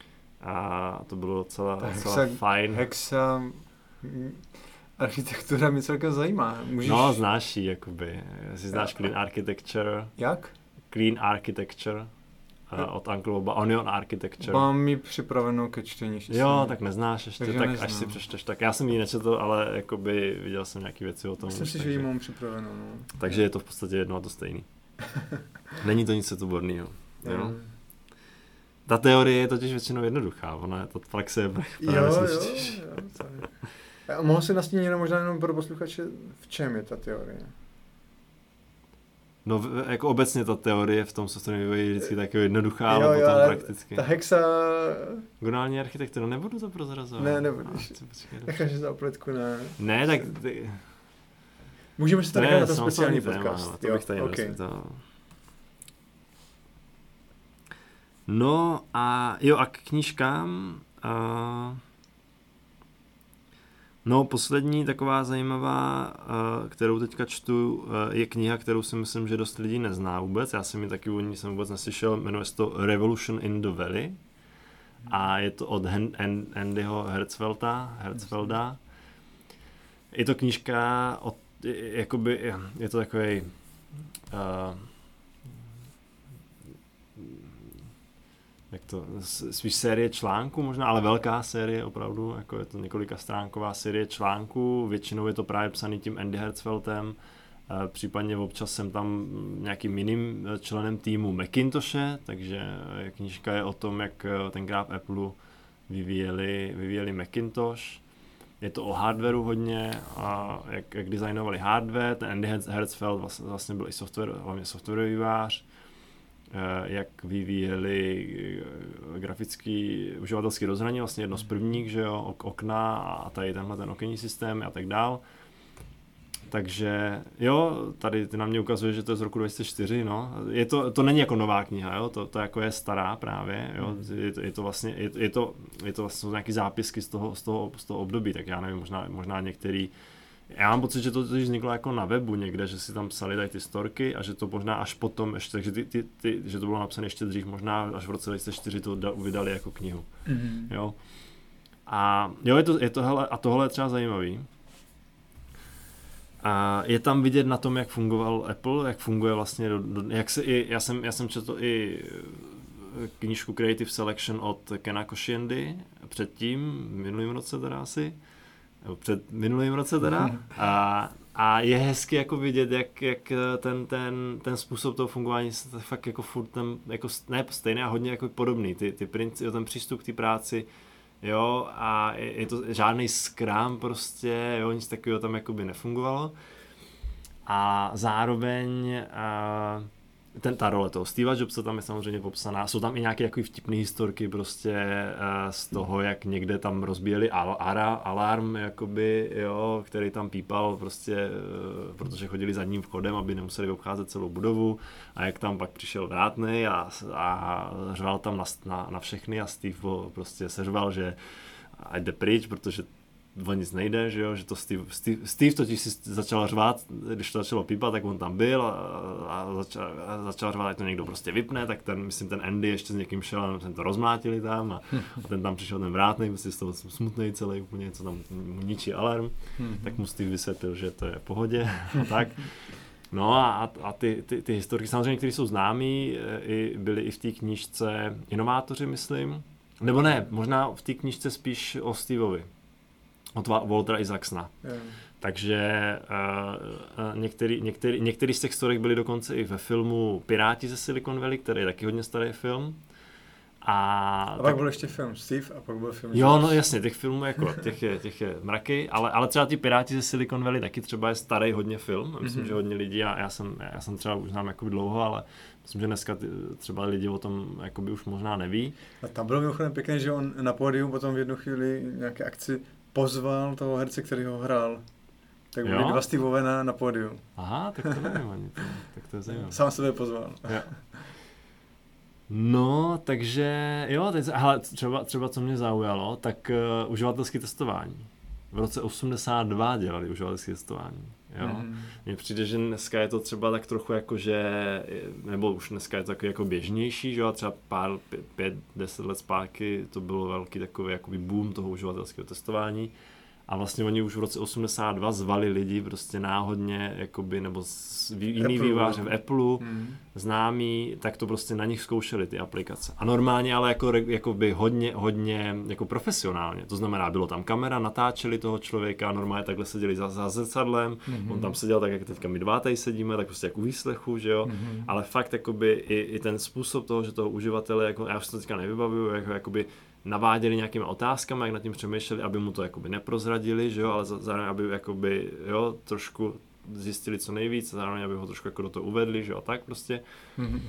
a to bylo docela, docela hexa, fajn. Hexa architektura mě celkem zajímá. Můžeš... No, znáš ji, jakoby. Jestli znáš Clean Architecture. Jak? Clean Architecture. Uh, od Uncle Boba, Onion Architecture. Mám ji připravenou ke čtení. Jo, tak neznáš ještě, takže tak neznám. Až si přečteš, tak já jsem ji nečetl, ale jakoby viděl jsem nějaký věci o tom. Myslím si, že ji mám připravenou. No. Takže je to v podstatě jedno a to stejný. Není to nic světoborného. Jo? Mm. Ta teorie je totiž většinou jednoduchá, ona je, ta praxe je právě Jo, složitější. jo, jo, tak. A mohl si nastínit jenom možná jenom pro posluchače, v čem je ta teorie? No v- jako obecně ta teorie v tom softwarovém vývoji je vždycky takový jednoduchá, ale Jo, jo, potom ale prakticky. Ta hexa... Gonální architektura, nebudu to prozrazovat. Ne, nebudeš. A, co, počkej, dobře. Necháš za opletku, ne? Ne, tak... Ty... Můžeme si to nechat na to speciální téma, podcast. no, to Jo, bych tady okay. nerozpytal. No a jo, a k knížkám... A... No, poslední taková zajímavá, kterou teďka čtu, je kniha, kterou si myslím, že dost lidí nezná vůbec. Já jsem ji taky o ní jsem vůbec neslyšel, jmenuje se to Revolution in the Valley. A je to od Andyho Hertzfelda. Hertzfelda. Je to knížka, od, jakoby, je to takový uh, jak to, spíš série článků možná, ale velká série opravdu, jako je to několika stránková série článků, většinou je to právě psaný tím Andy Hertzfeldem, případně občas jsem tam nějakým jiným členem týmu Macintoshe, takže knížka je o tom, jak tenkrát v Apple vyvíjeli, vyvíjeli Macintosh. Je to o hardwareu hodně, a jak, jak designovali hardware, ten Andy Hertzfeld vlastně, vlastně byl i software, hlavně softwarový vývojář, jak vyvíjeli grafický uživatelský rozhraní, vlastně jedno z prvních, že jo, okna a tady tenhle ten okenní systém a tak dál. Takže jo, tady ty na mě ukazuje, že to je z roku dva tisíce čtyři, no. Je to, to není jako nová kniha, jo, to, to jako je stará právě, jo. Je to, je to vlastně, je, je to, je to vlastně nějaký zápisky z toho, z toho, z toho období, tak já nevím, možná, možná některý. Já mám pocit, že to totiž vzniklo jako na webu někde, že si tam psali tady ty storky a že to možná až potom ještě, takže ty, ty, ty, že to bylo napsané ještě dřív, možná až v roce dva tisíce čtyři to da, vydali jako knihu, mm-hmm. jo. A jo, je to, je to hele, a tohle je třeba zajímavý. A je tam vidět na tom, jak fungoval Apple, jak funguje vlastně, do, do, jak se i, já jsem, já jsem četl i knížku Creative Selection od Kena Kosciendy předtím, minulým roce teda asi, před minulým roce teda, a, a je hezky jako vidět, jak, jak ten, ten, ten způsob toho fungování je fakt jako furt ten, jako ne stejný a hodně jako podobný, ty, ty princi, ten přístup k té práci, jo, a je, je to žádný Scrum prostě, jo, nic takového tam jakoby nefungovalo. A zároveň a ten, ta role toho Steva Jobsa tam je samozřejmě popsaná, jsou tam i nějaké jako vtipné historky prostě z toho, jak někde tam rozbíjeli al, ara, alarm, jakoby, jo, který tam pípal prostě, protože chodili zadním vchodem, aby nemuseli obcházet celou budovu, a jak tam pak přišel vrátnej a, a řval tam na, na, na všechny a Steve prostě seřval, že ať jde pryč, protože o nic nejde, že jo, že to Steve, Steve, Steve totiž si začal řvát, když to začalo pípat, tak on tam byl a, a, začal, a začal řvát, ať to někdo prostě vypne, tak ten, myslím, ten Andy ještě s někým šel a jsem to rozmlátili tam a, a ten tam přišel ten vrátnej, prostě z toho smutnej celý úplně, co tam mu ničí alarm, tak mu Steve vysvětlil, že to je v pohodě a tak. No a, a ty, ty, ty historky samozřejmě, které jsou známý, i, byly i v té knížce Inovátoři, myslím, nebo ne, možná v té knížce spíš o Steveovi. Od Waltera Isaacsona. Yeah. Takže uh, některý, některý, některý z těch storek byly dokonce i ve filmu Piráti ze Silicon Valley, který je taky hodně starý film. A, a pak tak, byl ještě film Steve a pak byl film... Jo, no jasně, těch filmů jako, těch je, těch je mraky, ale, ale třeba ty Piráti ze Silicon Valley taky třeba je starý hodně film. Myslím, mm-hmm. že hodně lidí, a já jsem, já jsem třeba už znám jako dlouho, ale myslím, že dneska ty, třeba lidi o tom jakoby už možná neví. A tam bylo mimochodem pěkné, že on na pódiu potom v jednu chvíli nějaké akci pozval toho herce, který ho hrál. Tak byli dva Steveové na, na pódiu. Aha, tak to nevím ani to. Tak to je zajímavé. Sám sebe pozval. Jo. No, takže jo, teď, hele, třeba, třeba co mě zaujalo, tak uh, uživatelské testování. V roce osmdesát dva dělali uživatelské testování. Jo? Mm. Mně přijde, že dneska je to třeba tak trochu jako, že, nebo už dneska je to takový jako běžnější, že jo, třeba pár, pět, pět, deset let zpátky to bylo velký takový jakoby boom toho uživatelského testování. A vlastně oni už v roce osmdesát dva zvali lidi prostě náhodně, jakoby, nebo z, jiný Apple, vývojáře v Appleu, hmm. známí, tak to prostě na nich zkoušeli ty aplikace. A normálně, ale jako, jakoby hodně, hodně jako profesionálně. To znamená, bylo tam kamera, natáčeli toho člověka, normálně takhle seděli za, za zrcadlem, mm-hmm. on tam seděl tak, jak teďka my dva tady sedíme, tak prostě jak u výslechu, že jo. Mm-hmm. Ale fakt jakoby i, i ten způsob toho, že toho uživatele, jako, já už to teďka nevybavuju, jako, jakoby naváděli nějakými otázkami, jak nad tím přemýšleli, aby mu to jakoby neprozradili, že jo, ale zároveň, aby jakoby, jo, trošku zjistili co nejvíc, zároveň, aby ho trošku jako do toho uvedli, že jo, tak prostě. Mm-hmm.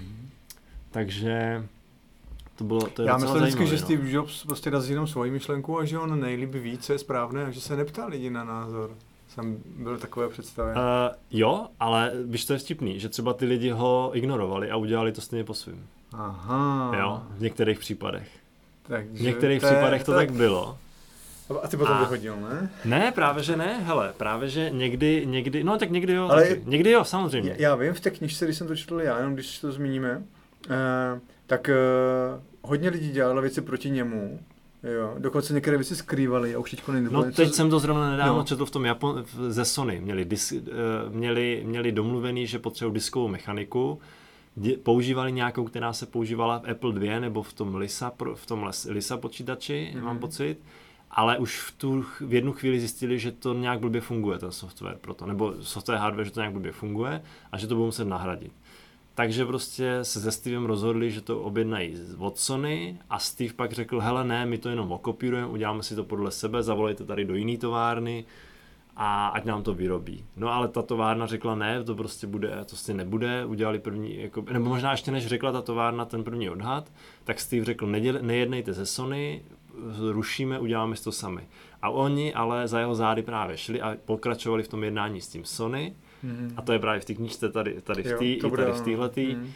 Takže to bylo, to je já docela myslím vždycky, že no. Steve Jobs prostě razí jenom svoji myšlenku a že on nejlíp ví, co je správné a že se neptá lidi na názor. Jsem byl takové představě. Uh, jo, ale víš, to je vtipný, že třeba ty lidi ho ignorovali a udělali to stejně po svým. Aha. Jo, v některých případech. Takže v některých to případech to tak... tak bylo. A ty potom a... vychodil, ne? Ne, právě že ne, hele, právě že někdy, někdy, no tak někdy jo, ale taky. Někdy jo, samozřejmě. Já vím, v té knižce, když jsem to četl já, jenom když to zmíníme, eh, tak eh, hodně lidí dělalo věci proti němu, jo, dokonce některé věci skrývali a už teďko nejde. No teď co... jsem to zrovna nedávno no. četl v tom Japon, ze Sony, měli, dis, uh, měli, měli domluvený, že potřebují diskovou mechaniku, dě, používali nějakou, která se používala v Apple dva nebo v tom Lisa, v tom Lisa počítači, mm-hmm. mám pocit. Ale už v, tu, v jednu chvíli zjistili, že to nějak blbě funguje, ten software proto, nebo software hardware, že to nějak blbě funguje a že to budou muset nahradit. Takže prostě se se Stevem rozhodli, že to objednají od Sony a Steve pak řekl, hele ne, my to jenom okopírujeme, uděláme si to podle sebe, zavolejte tady do jiné továrny a ať nám to vyrobí. No ale ta továrna řekla ne, to prostě bude, to prostě nebude, udělali první, jako, nebo možná ještě než řekla ta továrna ten první odhad, tak Steve řekl, neděl, nejednejte ze Sony, rušíme, uděláme si to sami. A oni ale za jeho zády právě šli a pokračovali v tom jednání s tím Sony. Mm-hmm. A to je právě v té knížce tady, tady v té i tady v téhletý. Mm.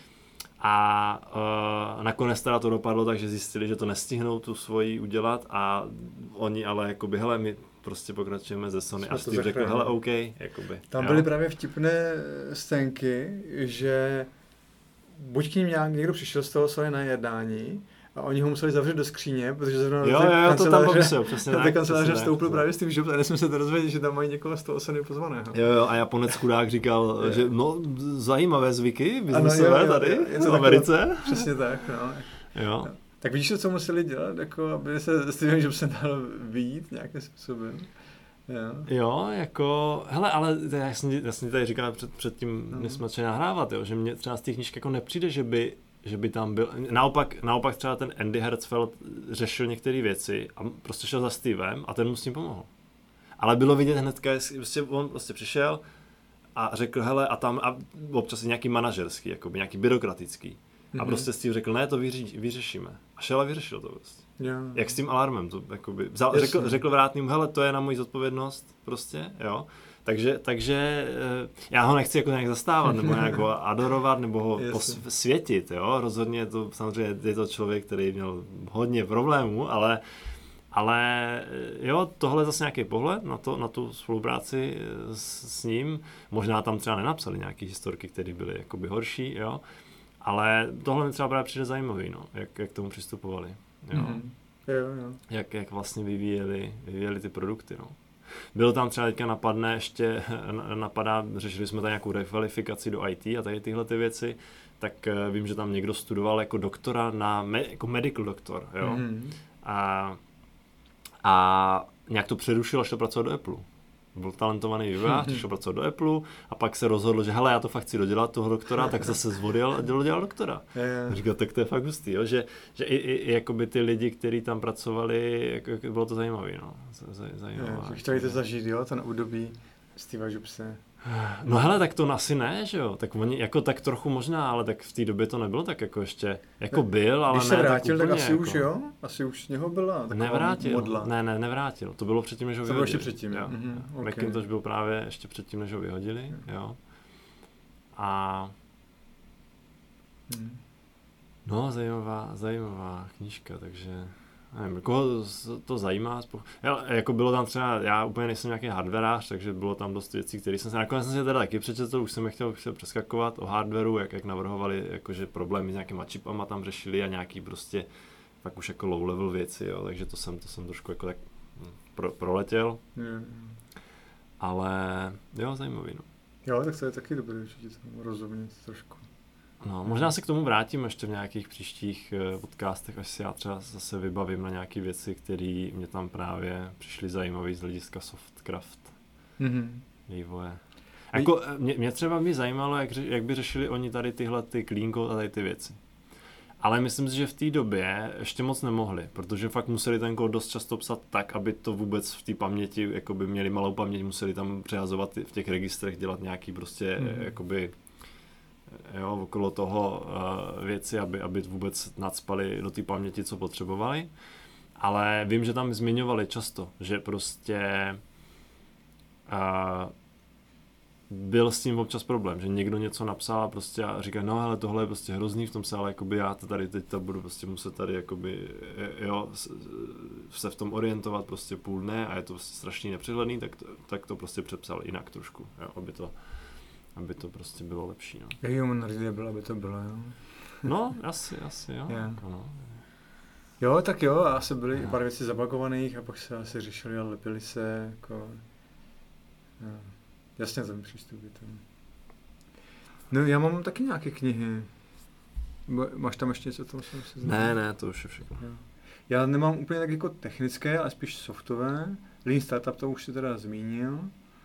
A uh, nakonec teda to dopadlo tak, že zjistili, že to nestihnou tu svoji udělat a oni ale jakoby, hele, my prostě pokračujeme ze Sony. Jsme a Steve řekl, hele, OK. Jakoby, tam jo? byly právě vtipné scénky, že buď k ním nějak někdo přišel z toho Sony na jednání, a oni ho museli zavřít do skříně, protože zrovna jo, jo, jo, to tam popisil, přesně tak. tak, kanceláře vstoupil tak, právě Steve Jobs a jsme se to dozvěděli, že tam mají někoho z toho Sony pozvaného. Jo, jo, a Japonec chudák říkal, je. že no, zajímavé zvyky, biznesové tady v Americe. Takové, přesně tak, no. Jo. Tak vidíš, co museli dělat, jako, aby se Steve Jobs se dal vyjít nějakým způsobem. Jo. jo, jako, hele, ale já jsem, já jsem tady říkal před, před tím, než jsme začali nahrávat, jo, že mě třeba z té knížky jako nepřijde, že by že by tam byl, naopak, naopak třeba ten Andy Hertzfeld řešil některé věci a prostě šel za Stevem a ten mu s tím pomohl. Ale bylo vidět hnedka, prostě on prostě přišel a řekl, hele, a tam a občas nějaký manažerský, jakoby nějaký byrokratický. Mm-hmm. A prostě Steve řekl, ne, to vyři, vyřešíme. A šel a vyřešil to prostě. Yeah. Jak s tím alarmem, to jakoby, vzal, řekl, řekl vrátným, hele, to je na moji zodpovědnost, prostě, jo. Takže, takže já ho nechci jako nějak zastávat, nebo nějak ho adorovat, nebo ho posvětit, jo. Rozhodně je to, samozřejmě je to člověk, který měl hodně problémů, ale, ale jo, tohle je zase nějaký pohled na, to, na tu spolupráci s, s ním. Možná tam třeba nenapsali nějaké historky, které byly jakoby horší, jo. Ale tohle mi třeba právě přijde zajímavý, no, jak, jak tomu přistupovali, jo. Mm-hmm. Jo, jo. Jak, jak vlastně vyvíjeli, vyvíjeli ty produkty, no. Bylo tam třeba teďka napadne ještě, napadá, řešili jsme tam nějakou rekvalifikaci do í té a tady tyhle ty věci, tak vím, že tam někdo studoval jako doktora na, me, jako medical doktor, jo. Mm-hmm. A, a nějak to přerušil, až to pracoval do Apple. Byl talentovaný vývojář, šel pracovat do Apple a pak se rozhodl, že hele, já to fakt chci dodělat, toho doktora, tak zase zvodil a dodělal doktora. Říkal, tak to je fakt hustý, jo? Že, že i, i jakoby ty lidi, kteří tam pracovali, jako, jako bylo to zajímavé, no. Zajímavá. Chtěli to zažít, jo, ten období Steva Jobse. No hele, tak to asi ne, že jo, tak oni, jako tak trochu možná, ale tak v té době to nebylo tak jako ještě, jako byl, ale když ne, se vrátil, tak, tak asi jako, už jo, asi už z něho byla taková nevrátil, modla. Ne, ne, nevrátil, to bylo předtím, než ho vyhodili. To bylo ještě předtím, jo. Mm-hmm, okay. Macintosh byl právě ještě předtím, než ho vyhodili, jo. A hmm. no, zajímavá, zajímavá knížka, takže nevím, koho to zajímá. Já, jako bylo tam třeba, já úplně nejsem nějaký hardwareář, takže bylo tam dost věcí, které jsem se nakonec jsem si teda taky přečetl, už jsem je chtěl, chtěl přeskakovat o hardwareu, jak, jak navrhovali, jakože problémy s nějakýma čipama tam řešili a nějaký prostě fakt už jako low level věci, jo, takže to jsem, to jsem trošku jako tak pro, proletěl. Mm. Ale jo, zajímavý, no. Jo, tak to je taky dobré určitě tomu rozumět trošku. No, možná se k tomu vrátím ještě v nějakých příštích podcastech, až si já třeba zase vybavím na nějaké věci, které mě tam právě přišly zajímavé z hlediska Softcraft Mm-hmm. vývoje. Jako, mě, mě třeba by zajímalo, jak, jak by řešili oni tady tyhle ty clean code a tady ty věci. Ale myslím si, že v té době ještě moc nemohli, protože fakt museli ten kód dost často psat tak, aby to vůbec v té paměti, jakoby měli malou paměť, museli tam přehazovat v těch registrech, dělat nějaký prostě, mm. jakoby, jo, okolo toho uh, věci, aby, aby vůbec nacpali do té paměti, co potřebovali. Ale vím, že tam zmiňovali často, že prostě uh, byl s tím občas problém, že někdo něco napsal a prostě a říká, no hele, tohle je prostě hrozný, v tom se ale jakoby já to tady teď to budu prostě muset tady jakoby, jo, se v tom orientovat prostě půl dne a je to prostě strašně nepřehledný, tak to, tak to prostě přepsal jinak trošku, jo, aby to, aby to prostě bylo lepší, no. Jak human readable, aby to bylo, jo? No, asi, asi, jo. Yeah. Jako no. Jo, tak jo, asi byly i pár věcí zabagovaných a pak se asi řešili a lepili se, jako, jo. Jasně, ten přístup je tam. No, já mám taky nějaké knihy. Máš tam ještě něco, o tom jsem si znal? Ne, ne, to už je všechno. Jo. Já nemám úplně tak jako technické, ale spíš softové. Lean Startup, to už si teda zmínil.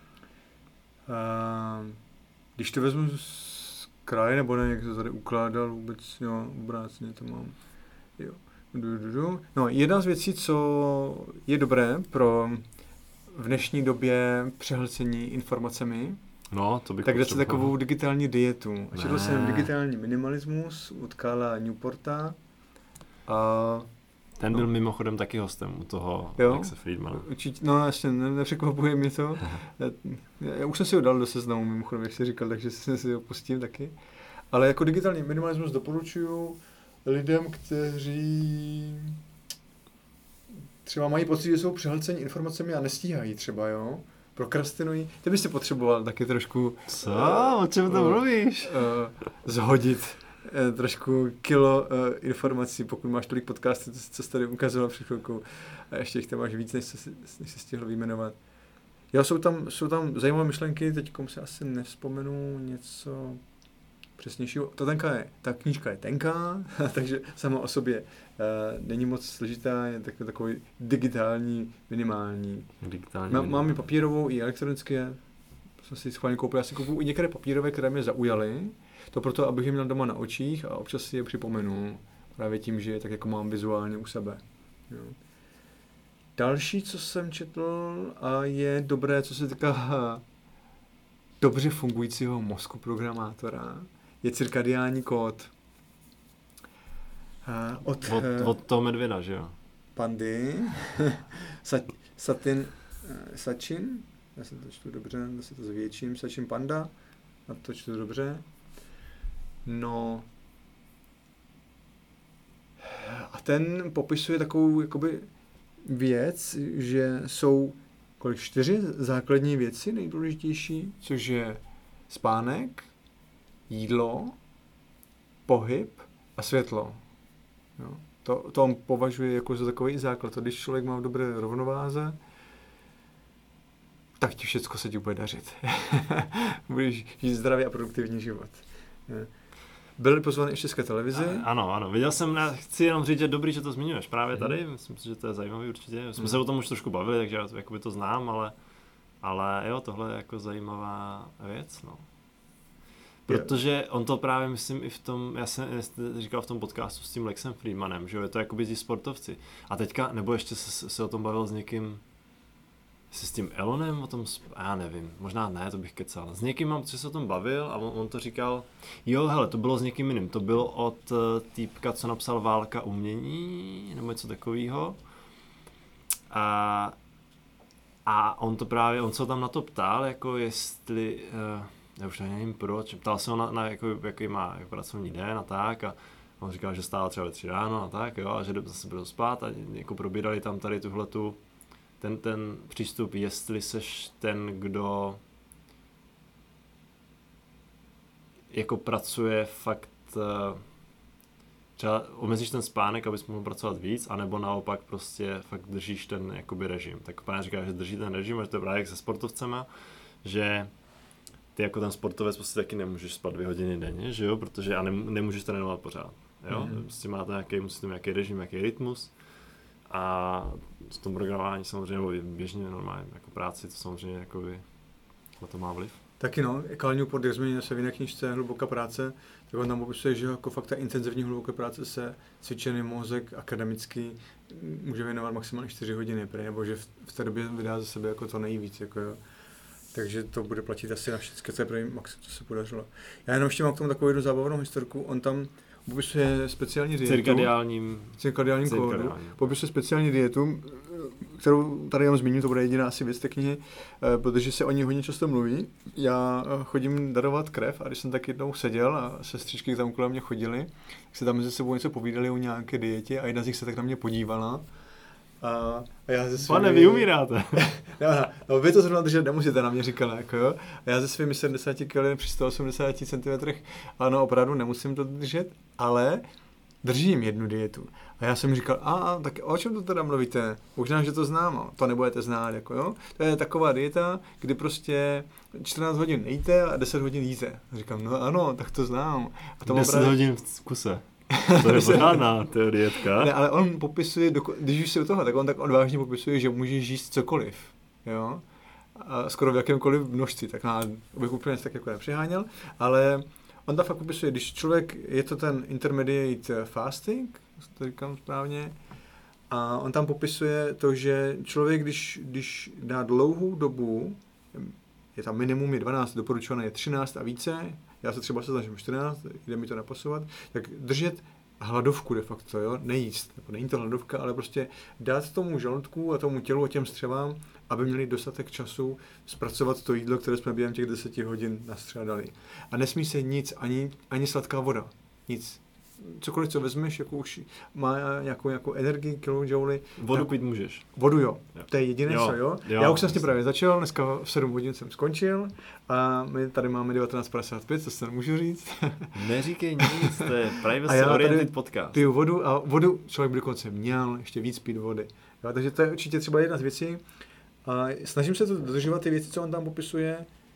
A když to vezmu z kraje, nebo ne, jak to tady ukládal vůbec, jo, obráceně to mám. Jo. Du, du, du. No, jedna z věcí, co je dobré pro v dnešní době přehlcení informacemi, no, to bych tak dáte takovou digitální dietu. Ne. Četl jsem digitální minimalismus od Karla Newporta. A ten byl no. mimochodem taky hostem u toho Lexe Friedmana. Určitě, no jasně, ne, nepřekvapuje mě to. já, já už jsem si ho dal do seznamu mimochodem, jak jsi říkal, takže si ho pustím taky. Ale jako digitální minimalismus doporučuju lidem, kteří třeba mají pocit, že jsou přehlceni informacemi a nestíhají třeba, jo? Prokrastinují. Ty bys si potřeboval taky trošku... Co? Uh, o čem to mluvíš? Uh, zhodit uh, trošku kilo uh, informací, pokud máš tolik podcastů, co jsi tady ukazoval před chvilkou. A ještě jich tam máš víc, než se, než se stihl vyjmenovat. Jo, jsou tam, jsou tam zajímavé myšlenky, teďkom si asi nevzpomenu něco přesnějšího. Ta, tenka je, ta knížka je tenká, takže sama o sobě uh, není moc složitá, je takový, takový digitální, minimální. Digitální Má, mám i papírovou, i elektronické. Jsem si schválně koupil. Já si kupuju i některé papírové, které mě zaujaly. To proto, abych je měl doma na očích a občas si je připomenu. Právě tím, že je tak jako mám vizuálně u sebe. Jo. Další, co jsem četl a je dobré, co se týká dobře fungujícího mozku programátora, je cirkadiální kód. Od, od, od toho medvěda, že jo? Pandy. Satin, Sachin. Já si to čtu dobře, já si to zvětším. Sachin Panda. A to čtu dobře. No. A ten popisuje takovou jakoby věc, že jsou kolik čtyři základní věci nejdůležitější, což je spánek, jídlo, pohyb a světlo. Jo. To, to on považuje jako za takový základ. To, když člověk má v dobré rovnováze, tak ti všecko se ti bude dařit. Budeš žít zdravý a produktivní život. Byli pozvaný i v České televizi? Ano, ano. Viděl jsem, já chci jenom říct, že dobrý, že to zmiňuješ právě tady. Myslím si, že to je zajímavý určitě. Jsme hmm. se o tom už trošku bavili, takže já to, jakoby to znám, ale, ale jo, tohle je jako zajímavá věc, no. Protože on to právě, myslím, i v tom, já jsem říkal v tom podcastu s tím Lexem Friedmanem, že jo, je to jakoby ti sportovci. A teďka, nebo ještě se, se o tom bavil s někým, se s tím Elonem o tom, já nevím, možná ne, to bych kecal. S někým mám, co se o tom bavil a on, on to říkal, jo, hele, to bylo s někým jiným, to bylo od uh, týpka, co napsal Válka umění, nebo něco takového. A, a on to právě, on se tam na to ptal, jako jestli, uh, já už nevím proč, ptal se ho na, na jako, jaký má jako pracovní den a tak a on říkal, že stál třeba ve tři ráno a tak, jo, a že zase budou spát a jako probírali tam tady tuhletu Ten, ten přístup, jestli seš ten, kdo jako pracuje fakt třeba omezíš ten spánek, abys mohl pracovat víc, anebo naopak prostě fakt držíš ten jakoby režim. Tak pán říká, že drží ten režim, a že to je právě jak se sportovcema, že ty jako ten sportovec prostě taky nemůžeš spát dvě hodiny denně, že jo, protože a nemůžeš trénovat pořád, jo, mm-hmm. prostě máte nějaký, musíte nějaký režim, nějaký rytmus a v tom programování samozřejmě, nebo běžně normálně jako práci, to samozřejmě jakoby, na to má vliv. Taky no, Cal Newport, jak zmínil se v jiné knížce Hluboká práce, tak on tam popisuje, že jako fakt ta intenzivní hluboká práce se cvičený mozek akademicky může věnovat maximálně čtyři hodiny, nebo že v, v té době vydá za sebe jako to nejvíc, jako jo. Takže to bude platit asi na všechno, co je první max, co se podařilo. Já jenom ještě mám k tomu takovou jednu zábavnou historku, on tam popisuje speciální dietu. Cirkadiálním. Cirkadiálním kódu. Popisuje speciální dietu, kterou tady jenom zmíním, to bude jediná asi věc té knihy, protože se o ní hodně často mluví. Já chodím darovat krev a když jsem tak jednou seděl a sestřičky tam kolem mě chodily, tak se tam mezi sebou něco povídali o nějaké dietě a jedna z nich se tak na mě podívala. A, a já ze svými... Pane, vy umíráte. no, no, vy to zrovna držet nemusíte, na mě říkala, jako jo. A já ze svými sedmdesát kilogramů při sto osmdesáti centimetrech, ano, opravdu nemusím to držet, ale držím jednu dietu. A já jsem říkal, a tak o čem to teda mluvíte? Možná, že to znám, to nebudete znát, jako jo. To je taková dieta, kdy prostě čtrnáct hodin nejíte a deset hodin jíte. A říkám, no ano, tak to znám. A to deset hodin v kuse. To je pořádná teorietka. Ne, ale on popisuje, když už si u toho, tak on tak odvážně popisuje, že můžeš jíst cokoliv, jo. A skoro v jakémkoliv množství, tak já bych úplně tak jako nepřeháněl, ale on tam fakt popisuje, když člověk, je to ten intermediate fasting, to říkám správně, a on tam popisuje to, že člověk, když, když dá dlouhou dobu, je tam minimum je dvanáct, doporučované je třináct a více, já se třeba se snažím čtrnáct, jde mi to napasovat, tak držet hladovku de facto, jo, nejíst, jako není to hladovka, ale prostě dát tomu žaludku a tomu tělu a těm střevám, aby měli dostatek času zpracovat to jídlo, které jsme během těch deseti hodin nastřádali. A nesmí se nic, ani, ani sladká voda, nic. Cokoliv, co vezmeš, jako už má nějakou, nějakou energii, kilojouly. Vodu pít můžeš. Vodu jo, jo. To je jediné, co jo. jo. Já už jsem s tím právě začal, dneska v sedm hodin jsem skončil a my tady máme devatenáct padesát pět, co se nemůžu říct. Neříkej nic, to je privacy oriented podcast. Piju vodu a vodu člověk by dokonce měl ještě víc pít vody. Jo, takže to je určitě třeba jedna z věcí. A snažím se to dodržovat ty věci, co on tam popisuje.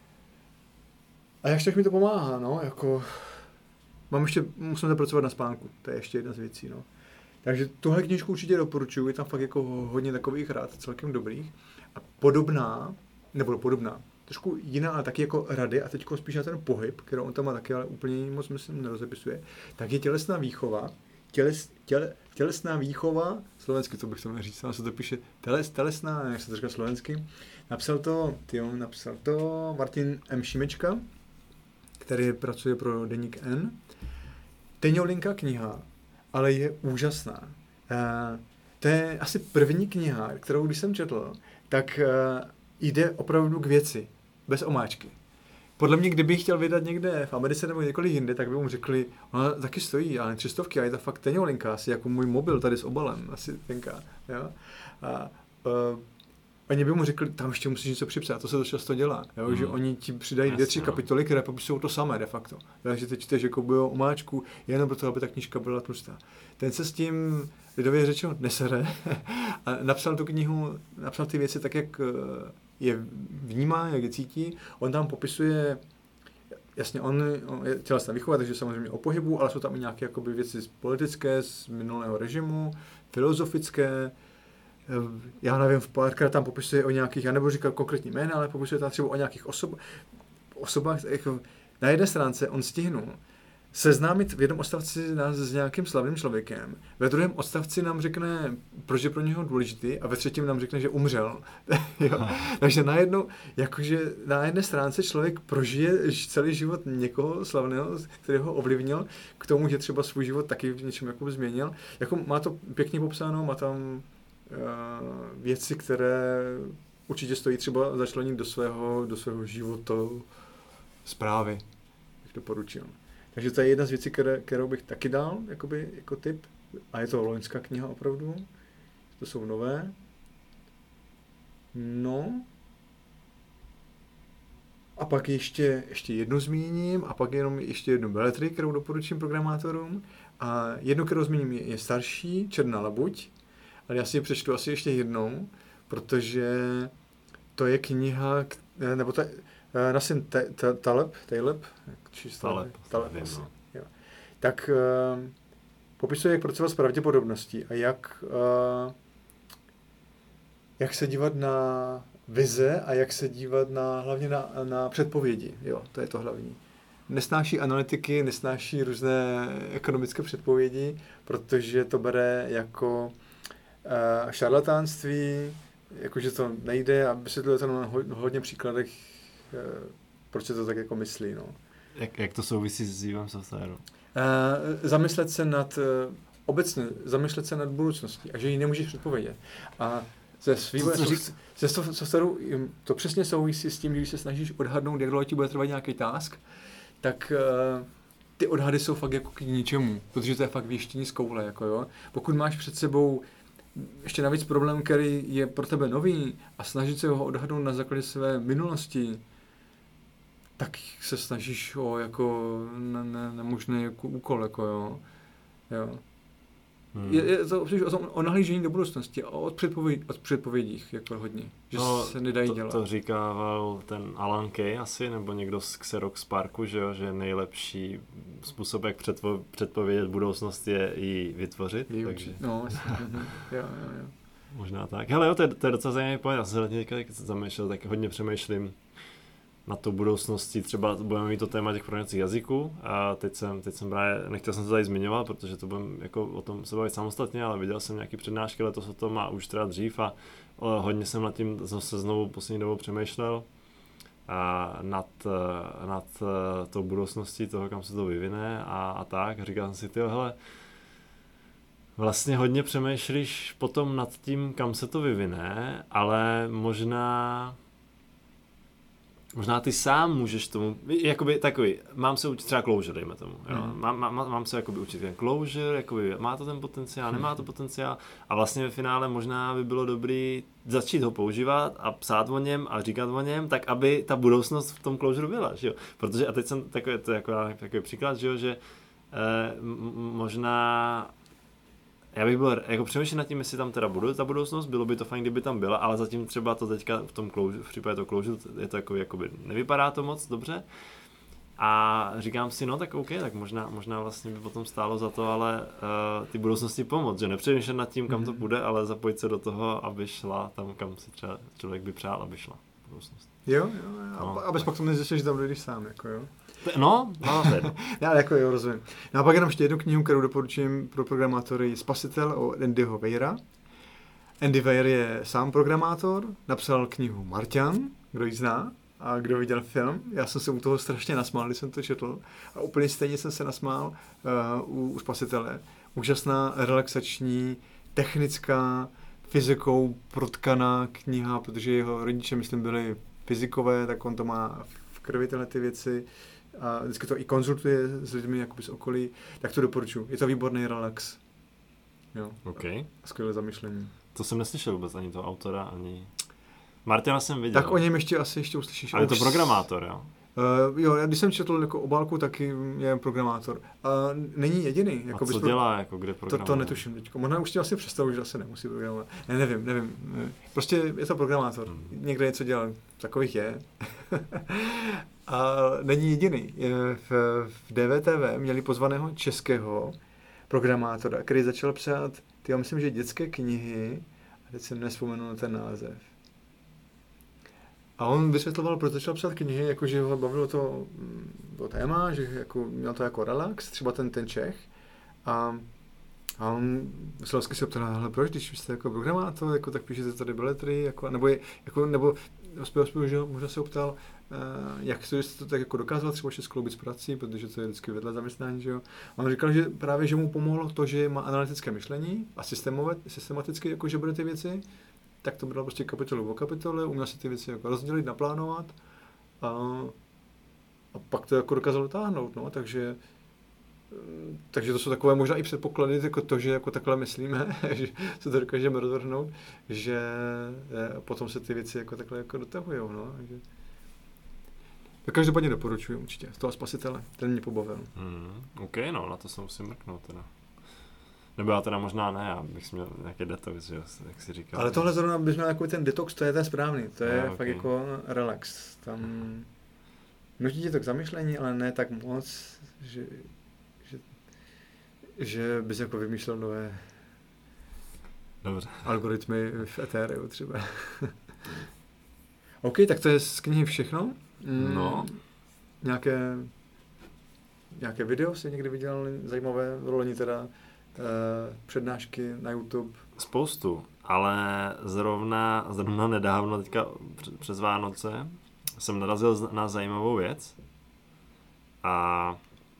A jak tak mi to pomáhá, no, jako... Mám ještě, musím zapracovat na spánku, to je ještě jedna z věcí, no. Takže tuhle knížku určitě doporučuji, je tam fakt jako hodně takových rád, celkem dobrých. A podobná, nebo podobná, trošku jiná, ale taky jako rady, a teď spíš na ten pohyb, kterou on tam má taky, ale úplně moc myslím nerozepisuje, tak je tělesná výchova, těles, těle, tělesná výchova, slovensky to bych to měl říct, ale se to píše teles, telesná, jak se to říká slovensky, napsal to, tyjo, napsal to Martin M. Šimečka, který pracuje pro deník N. Teňolinka kniha, ale je úžasná. Uh, to je asi první kniha, kterou když jsem četl, tak uh, jde opravdu k věci, bez omáčky. Podle mě, kdybych chtěl vydat někde v Americe nebo několiv jinde, tak by mu řekli, ona taky stojí, ale tři stovky a je to fakt teňolinka, asi jako můj mobil tady s obalem, asi tenká. Jo? A, uh, Oni by mu řekli, tam ještě musíš něco připsat, to se to často dělá, jo? Mm. Že oni ti přidají dvě, tři kapitoly, které popisují to samé de facto. Takže ty čteš jako bylo omáčku, jenom proto, aby ta knížka byla tlustá. Ten se s tím lidově řečeno nesere a napsal tu knihu, napsal ty věci tak, jak je vnímá, jak je cítí. On tam popisuje, jasně, on, on je tělesná výchova, takže samozřejmě o pohybu, ale jsou tam i nějaké jakoby, věci politické, z minulého režimu, filozofické. Já nevím, v párkrát tam popisuje o nějakých, já nebudu říkat konkrétní jména, ale popisuje tam třeba o nějakých osob, osobách, jako na jedné stránce on stihnul seznámit v jednom odstavci nás s nějakým slavným člověkem, ve druhém odstavci nám řekne, proč je pro něho důležitý a ve třetím nám řekne, že umřel. Jo? Takže najednou, jakože na jedné stránce člověk prožije celý život někoho slavného, který ho ovlivnil k tomu, že třeba svůj život taky v něčem jakoby změnil. Jako má to pěkně popsáno, má tam věci, které určitě stojí třeba začlenit do svého, do svého života zprávy, bych doporučil. Takže to je jedna z věcí, které, kterou bych taky dal jakoby, jako tip. A je to loňská kniha opravdu. To jsou nové. No. A pak ještě, ještě jednu zmíním a pak jenom ještě jednu beletrii, kterou doporučím programátorům. A jednu, kterou zmíním, je, je starší, Černá labuť, ale já si ji přečtu asi ještě jednou, protože to je kniha, nebo ta, Nassim Taleb, Taleb, Taleb, Taleb asi, jo. Tak uh, popisuje, jak pracovat s pravděpodobností a jak, uh, jak se dívat na vize a jak se dívat na, hlavně na, na předpovědi. Jo, to je to hlavní. Nesnáší analytiky, nesnáší různé ekonomické předpovědi, protože to bere jako uh, šarlatánství, jakože to nejde a vysvětluje to na hodně příkladech, uh, proč se to tak jako myslí. No. Jak, jak to souvisí s vývojem softwaru? Uh, zamyslet se nad, uh, obecně, zamyslet se nad budoucností a že ji nemůžeš předpovědět. A ze vývoje ze softwaru to přesně souvisí s tím, když se snažíš odhadnout, jak dlouho ti bude trvat nějaký task, tak uh, ty odhady jsou fakt jako k ničemu, protože to je fakt věštění z koule. Jako jo. Pokud máš před sebou ještě navíc problém, který je pro tebe nový a snažit se ho odhadnout na základě své minulosti, tak se snažíš o jako nemožný jako úkol. Jako jo. Jo. Hmm. Je, je to o, o nahlížení do budoucnosti a od, předpověd, od předpovědích jako hodně, že no, se nedají to, dělat. To říkával ten Alan Kay asi, nebo někdo z Xerox Parku, že jo, že nejlepší způsob, jak předpo, předpovědět budoucnost, je ji vytvořit. Je takže... No, jo, jo, jo. Možná tak. Hele jo, to je, to je docela zajímavý pohled. Já jsem teďka zamýšlel, tak hodně přemýšlím na to budoucnosti, třeba budeme mít to téma těch programovacích jazyků a teď jsem, teď jsem právě, nechtěl jsem to tady zmiňovat, protože to budeme jako o tom se bavit samostatně, ale viděl jsem nějaký přednášky letos o tom a už teda dřív a hodně jsem nad tím zase znovu poslední dobou přemýšlel a nad, nad tou budoucností toho, kam se to vyvine a, a tak. Říkal jsem si, tyjo, hele, vlastně hodně přemýšlíš potom nad tím, kam se to vyvine, ale možná Možná ty sám můžeš tomu, jakoby takový, mám se učit třeba Clojure, dejme tomu, jo. Mm. Mám, mám, mám se jakoby učit ten Clojure, jakoby má to ten potenciál, nemá to potenciál a vlastně ve finále možná by bylo dobrý začít ho používat a psát o něm a říkat o něm, tak aby ta budoucnost v tom Clojure byla, že jo. Protože a teď jsem takový, to je jako, takový příklad, že jo, že eh, m- možná já bych byl, jako přemýšlím nad tím, jestli tam teda bude ta budoucnost, bylo by to fajn, kdyby tam byla, ale zatím třeba to teďka v tom Clojure, v případě toho Clojure, je to jako, jakoby, nevypadá to moc dobře. A říkám si, no tak OK, tak možná, možná vlastně by potom stálo za to, ale uh, ty budoucnosti pomoct, že nepřemýšlet nad tím, kam to půjde, ale zapojit se do toho, aby šla tam, kam si třeba člověk by přál, aby šla budoucnost. Jo, jo, jo. No, a bez pak to nezjistíš, že tam dojdeš sám, jako jo. No, no, to je to. Já jako jo, rozumím. No a pak jenom ještě jednu knihu, kterou doporučím pro programátory, Spasitel od Andyho Weira. Andy Weir je sám programátor, napsal knihu Marťan, kdo ji zná a kdo viděl film. Já jsem se u toho strašně nasmál, když jsem to četl. A úplně stejně jsem se nasmál uh, u, u Spasitele. Úžasná, relaxační, technická, fyzikou protkaná kniha, protože jeho rodiče, myslím, byli fyzikové, tak on to má v krvi tyhle ty věci. A vždycky to i konzultuje s lidmi jakoby z okolí, tak to doporučuji. Je to výborný relax. Jo. Okay. Skvělé zamyšlení. To jsem neslyšel vůbec ani toho autora, ani... Martina jsem viděl. Tak o něm ještě asi ještě uslyšíš. Ale je to programátor, jo? Uh, jo, když jsem četl jako obálku, taky je programátor. A není jediný. Jako a co pro... dělá, jako kde programuje? To, to netuším teďko. Možná už ti asi představu, že asi nemusí programovat. Ne, nevím, nevím. Prostě je to programátor. Hmm. Někde něco dělá. Takových je. A není jediný. V, v D V T V měli pozvaného českého programátora, který začal psát, já myslím, že dětské knihy, a teď jsem nevzpomenul ten název. A on vysvětloval, proč začal psát knihy, jakože ho bavilo to, to téma, že jako, měl to jako relax, třeba ten, ten Čech. A, a on slovsky se ptal, hele, proč, když jste jako programátor, jako, tak píšete tady beletry, jako, nebo, je, jako, nebo spíš, že možná se ho ptal, uh, jak jste to tak jako dokázal třeba ještě skloubit s prací, protože to je vždycky vedle zaměstnání, že jo. A on říkal, že právě, že mu pomohlo to, že má analytické myšlení a systémové, systematicky, jako, že bude ty věci, tak to bylo prostě kapitolu o kapitole, uměl si ty věci jako rozdělit, naplánovat a, a pak to jako dokázal dotáhnout, no, takže takže to jsou takové možná i předpoklady, jako to, že jako takhle myslíme, že se to dokážeme rozvrhnout, že potom se ty věci jako takhle jako dotahujou, no. Takže... To každopádně doporučuji určitě, z toho Spasitele, ten mě pobavil. Mm, OK, no, na to se musím mrknout teda. Nebo já teda možná ne, já bych měl nějaký detox, že, jak si říkal. Ale tohle zrovna bys měl jako ten detox, to je ten správný, to je no, fakt okay. jako relax. Tam nutí tě to k zamyšlení, ale ne tak moc, že, že, že bys jako vymýšlel nové Dobře. algoritmy v Ethereum třeba. OK, tak to je z knihy všechno. Mm, No. Nějaké, nějaké video jsi někdy viděl zajímavé, rolení teda eh, přednášky na YouTube? Spoustu, ale zrovna, zrovna nedávno, teďka přes Vánoce, jsem narazil na zajímavou věc. A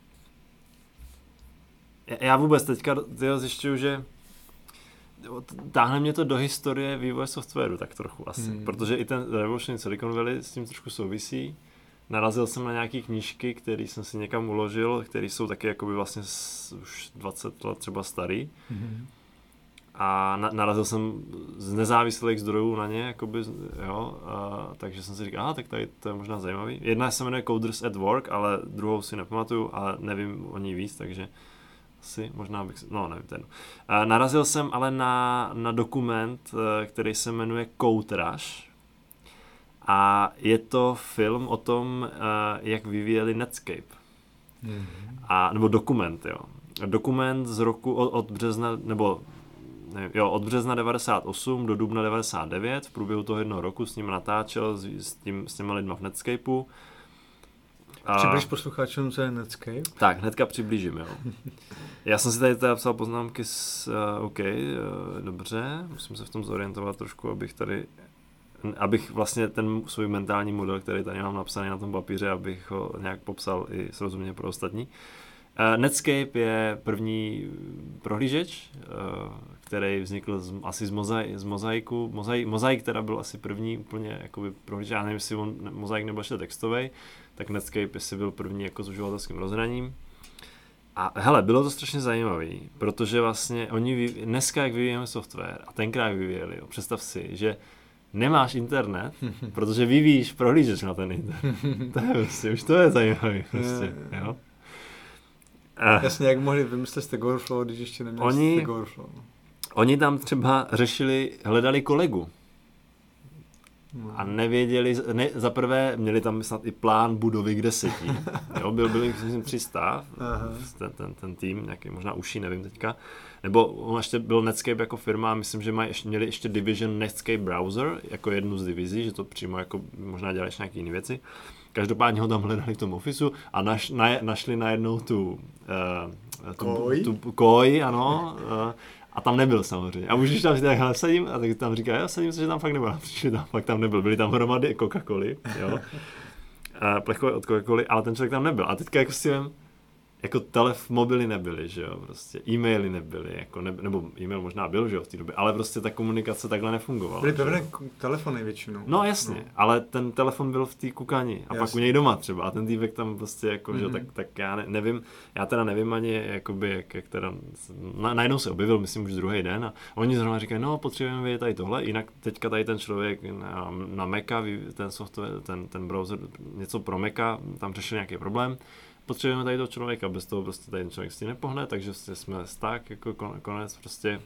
já vůbec teďka zjišťuju, že táhne mě to do historie vývoje softwaru tak trochu asi, hmm. protože i ten Revolution Silicon Valley s tím trošku souvisí. Narazil jsem na nějaké knížky, které jsem si někam uložil, které jsou taky jakoby vlastně už dvacet let třeba starý. Hmm. A na, narazil jsem z nezávislých zdrojů na ně, jakoby, jo, a, takže jsem si říkal, aha, tak tady to je možná zajímavý. Jedna se jmenuje Coders at Work, ale druhou si nepamatuju a nevím o ní víc, takže asi možná bych, no nevím ten. A narazil jsem ale na, na dokument, který se jmenuje Code Rush a je to film o tom, jak vyvíjeli Netscape. Mm-hmm. A, nebo dokument, jo. Dokument z roku od, od března, nebo ne, jo, od března devadesát osm do dubna devadesát devět, v průběhu toho jednoho roku s ním natáčel, s, s, tím, s těma lidma v Netscapeu. Přiblíž posluchačům, co je Netscape? Tak, hnedka přiblížím, jo. Já jsem si tady teda psal poznámky s, uh, OK, uh, dobře, musím se v tom zorientovat trošku, abych tady, abych vlastně ten svůj mentální model, který tady mám napsaný na tom papíře, abych ho nějak popsal i srozuměně pro ostatní. Uh, Netscape je první prohlížeč, uh, který vznikl z, asi z, mozai, z mozaiku. Mozaik, mozaik teda byl asi první úplně jakoby prohlížeč, já nevím, jestli on, mozaik nebyl ještě textovej, tak Netscape jestli byl první jako s uživatelským rozhraním. A hele, bylo to strašně zajímavý, protože vlastně oni vyvíj, dneska jak vyvíjeme software a tenkrát vyvíjeli, jo, představ si, že nemáš internet, protože vyvíjíš prohlížeč na ten internet. To je prostě, už to je zajímavý prostě, jo. Jasně, jak mohli vymyslet Stack Overflow, když ještě neměli oni, Stack Overflow. Oni tam třeba řešili, hledali kolegu. A nevěděli, ne, za prvé měli tam snad i plán budovy, kde sedí. Jo, byl, byli myslím tři sta, ten, ten, ten tým, nějaký možná uší, nevím teďka. Nebo on ještě byl Netscape jako firma, myslím, že mají, měli ještě division Netscape Browser, jako jednu z divizí, že to přímo jako možná dělali ještě nějaké jiné věci. Každopádně ho tam hledali v tom ofisu a naš, na, našli najednou tu, uh, tu, koj. tu, tu koj, ano, uh, a tam nebyl samozřejmě. A už když tam říká, sedím, a tak tam říká, jo, sedím se, že tam fakt nebyl. A přišli tam, fakt tam nebyl. Byly tam hromady Coca-Coly, jo. A plechové od Coca-Coly, ale ten člověk tam nebyl. A teďka jako si vím, jako telef, mobily nebyly, že jo, prostě e-maily nebyly, jako ne, nebo e-mail možná byl, že jo, v té době, ale prostě ta komunikace takhle nefungovala. Byly pevné telefony většinou. No jasně, no. Ale ten telefon byl v té kukani a jasně. Pak u něj doma třeba a ten týpek tam prostě jako, mm-hmm. že tak, tak já ne, nevím, já teda nevím ani, jakoby, jak, jak teda, na, najednou se objevil, myslím už druhý den a oni zrovna říkají, no potřebujeme vědět tady tohle, jinak teďka tady ten člověk na, na Maca, ten software, ten, ten browser, něco pro Maca, tam řešil nějaký problém. Potřebujeme tady toho člověka, bez toho prostě tady ten člověk si nepohne, takže jsme tak jako konec prostě.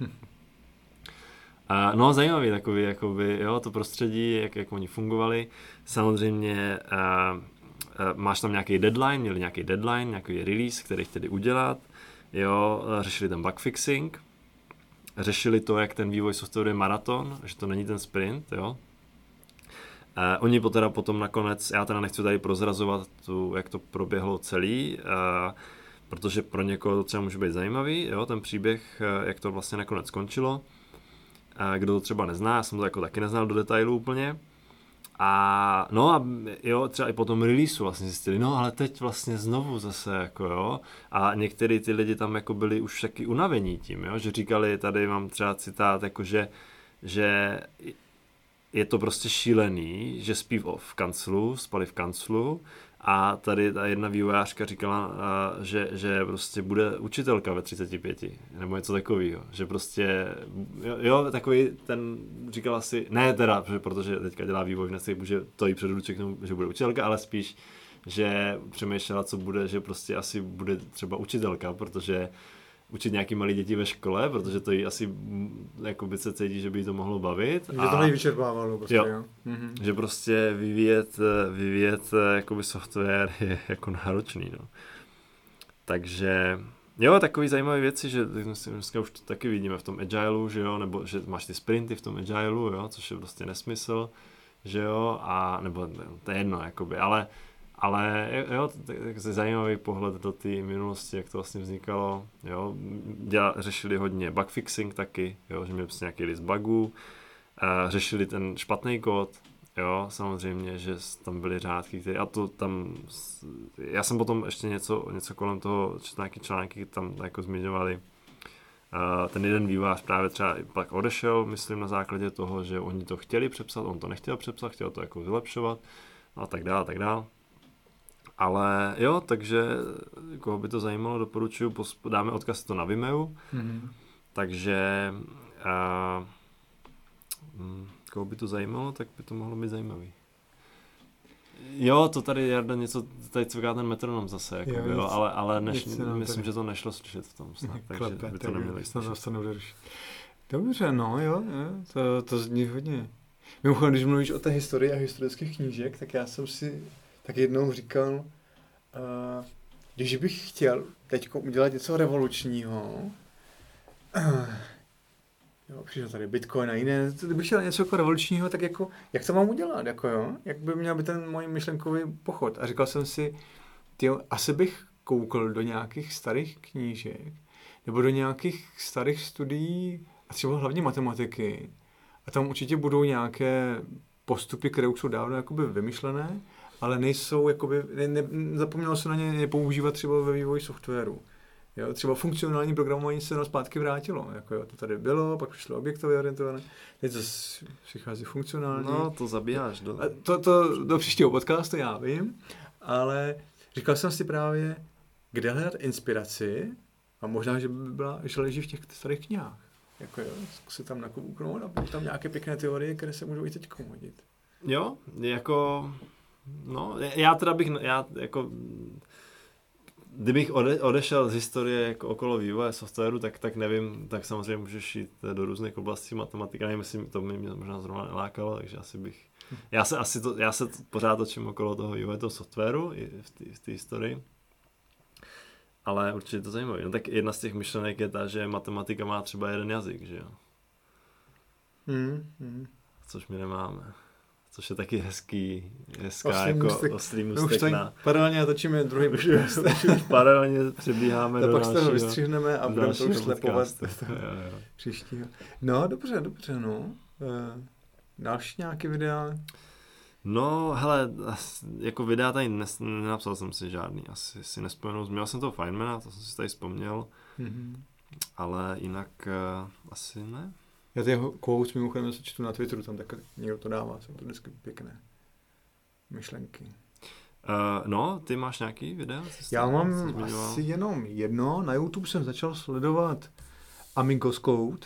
A, no zajímavý takový, jakoby, jo, to prostředí, jak, jak oni fungovali. Samozřejmě a, a, máš tam nějaký deadline, měli nějaký deadline, nějaký release, který chtěli udělat, jo, řešili tam bug fixing, řešili to, jak ten vývoj softwaru je maraton, že to není ten sprint, jo. Uh, oni teda potom nakonec, já teda nechci tady prozrazovat, tu, jak to proběhlo celý, uh, protože pro někoho to třeba může být zajímavý, jo, ten příběh, uh, jak to vlastně nakonec skončilo. Uh, kdo to třeba nezná, já jsem to jako taky neznal do detailů úplně. A no a jo, třeba i po tom releaseu vlastně zjistili, no ale teď vlastně znovu zase jako jo. A některý ty lidi tam jako byli už taky unavení tím, jo, že říkali, tady mám třeba citát, jako že, že je to prostě šílený, že spí v kanclu, spali v kanclu a tady ta jedna vývojářka říkala, že, že prostě bude učitelka ve třiceti pěti, nebo něco takového, že prostě, jo, jo, takový ten říkal asi, ne teda, protože teďka dělá vývoj v Netscape, že to jí předurčuje k tomu, že bude učitelka, ale spíš, že přemýšlela, co bude, že prostě asi bude třeba učitelka, protože učit nějaký malý děti ve škole, protože to jí asi jako by se cítí, že by jí to mohlo bavit. Že to nevyčerpávalo prostě, jo. jo. Mm-hmm. Že prostě vyvíjet, vyvíjet jakoby software je jako náročný, no. Takže jo, takový zajímavé věci, že dneska už to taky vidíme v tom agileu, že jo, nebo že máš ty sprinty v tom agileu, jo, což je prostě nesmysl, že jo, a nebo to je jedno, jakoby, ale Ale jo, tak zajímavý pohled do té minulosti, jak to vlastně vznikalo, jo, děla, řešili hodně bug fixing taky, jo, že měli prostě nějaký list bugů, řešili ten špatný kód, jo, samozřejmě, že tam byly řádky, které, a to tam, já jsem potom ještě něco, něco kolem toho, četl nějaký články, tam jako zmiňovali, ten jeden vývojář právě třeba pak odešel, myslím, na základě toho, že oni to chtěli přepsat, on to nechtěl přepsat, chtěl to jako vylepšovat, a tak dále, tak dále. Ale jo, takže koho by to zajímalo, doporučuji, dáme odkaz to na Vimeo, mm-hmm. takže a, koho by to zajímalo, tak by to mohlo být zajímavý. Jo, to tady Jarda něco, tady cviká ten metronom zase, jako jo, bylo, ale, ale neš, myslím, tady. Že to nešlo slyšet v tom snad, takže Klepe, by to neměli slyšet. Dobře, no jo, jo to, to zní hodně. Mimochodem, když mluvíš o té historii a historických knížek, tak já jsem si tak jednou říkal, uh, když bych chtěl teď udělat něco revolučního, uh, jo, přišel tady Bitcoin a jiné, kdybych chtěl něco jako revolučního, tak jako, jak to mám udělat, jako jo, jak by měl být ten můj myšlenkový pochod. A říkal jsem si, tyjo, asi bych koukl do nějakých starých knížek, nebo do nějakých starých studií, a třeba hlavně matematiky, a tam určitě budou nějaké postupy, které už jsou dávno jakoby vymyšlené, ale nejsou, jakoby, ne, ne, zapomnělo se na ně nepoužívat třeba ve vývoji softwaru. Jo, třeba funkcionální programování se na zpátky vrátilo. Jako jo, to tady bylo, pak přišlo objektově orientované, teď zase přichází funkcionální. No, to zabíháš. Do... To, to do příštího podcastu, já vím, ale říkal jsem si právě, kde hledat inspiraci a možná, že by byla, že leží v těch starých knihách. Jako jo, zkusit tam nakouknout a být tam nějaké pěkné teorie, které se můžou i teď hodit. Jo, jako, no, já teda bych, já jako, kdybych ode, odešel z historie jako okolo vývoje softwaru, tak, tak nevím, tak samozřejmě můžeš jít do různých oblastí matematiky, nevím, jestli to by mě možná zrovna nelákalo, takže asi bych, já se asi to, já se pořád točím okolo toho vývoje toho softwaru i v té historii. Ale určitě to zajímavé. No tak jedna z těch myšlenek je ta, že matematika má třeba jeden jazyk, že jo? Mm, mm. Což my nemáme. Což je taky hezký, hezká oslý jako můstek. oslý můstek na... Už paralelně točíme druhý už, už paralelně přebíháme do dalšího. dalšího. Pak se ho vystřihneme a budeme to už slepovat. Jo, příštího. No, dobře, dobře, no. Uh, další nějaký videa? No, hele, jako videa tady nes, nenapsal jsem si žádný, asi si nespomenu. Měl jsem toho Feynmana, to jsem si tady vzpomněl, mm-hmm. ale jinak uh, asi ne. Já ty quotes mimochodem se čtu na Twitteru, tam tak někdo to dává, jsou to vždycky pěkné myšlenky. Uh, no, ty máš nějaký video? Já mám asi jenom jedno, na YouTube jsem začal sledovat Amigos Code.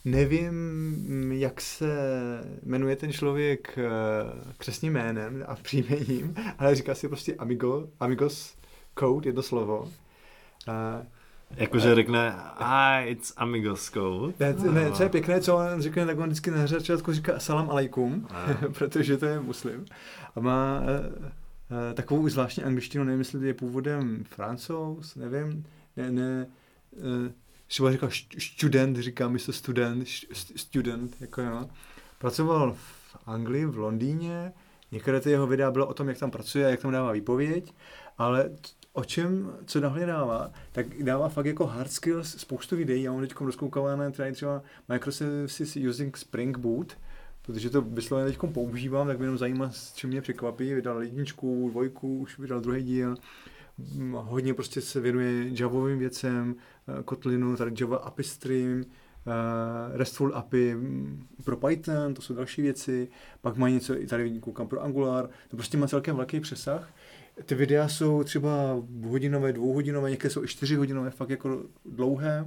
Nevím, jak se jmenuje ten člověk křestním jménem a příjmením, ale říká si prostě Amigo, Amigos Code, je to slovo. Uh, Jakože řekne, hi, it's Amigos Code. Ne, ne, co je pěkné, co on řekne, tak on vždycky na začátku říká salam alaikum, protože to je muslim. A má uh, uh, takovou zvláštní angličtinu, nevím, jestli je původem Francouz, nevím, ne, ne, uh, třeba říkal student, říká místo student, student, jako jo. Pracoval v Anglii, v Londýně, některé ty jeho videa bylo o tom, jak tam pracuje, jak tam dává výpověď, ale o čem, co dále dává, tak dává fakt jako hard skills, spoustu videí, já mám teď rozkoukávané třeba Microsoft using Spring Boot, protože to vysloveně teď používám, tak mě jenom zajímá, s čím mě překvapí, vydal jedničku, dvojku, už vydal druhý díl, hodně prostě se věnuje javovým věcem, Kotlinu, tady Java API Stream, RESTful A P I pro Python, to jsou další věci, pak má něco, i tady koukám pro Angular, to prostě má celkem velký přesah. Ty videa jsou třeba hodinové, dvouhodinové, některé jsou i čtyřihodinové, fakt jako dlouhé,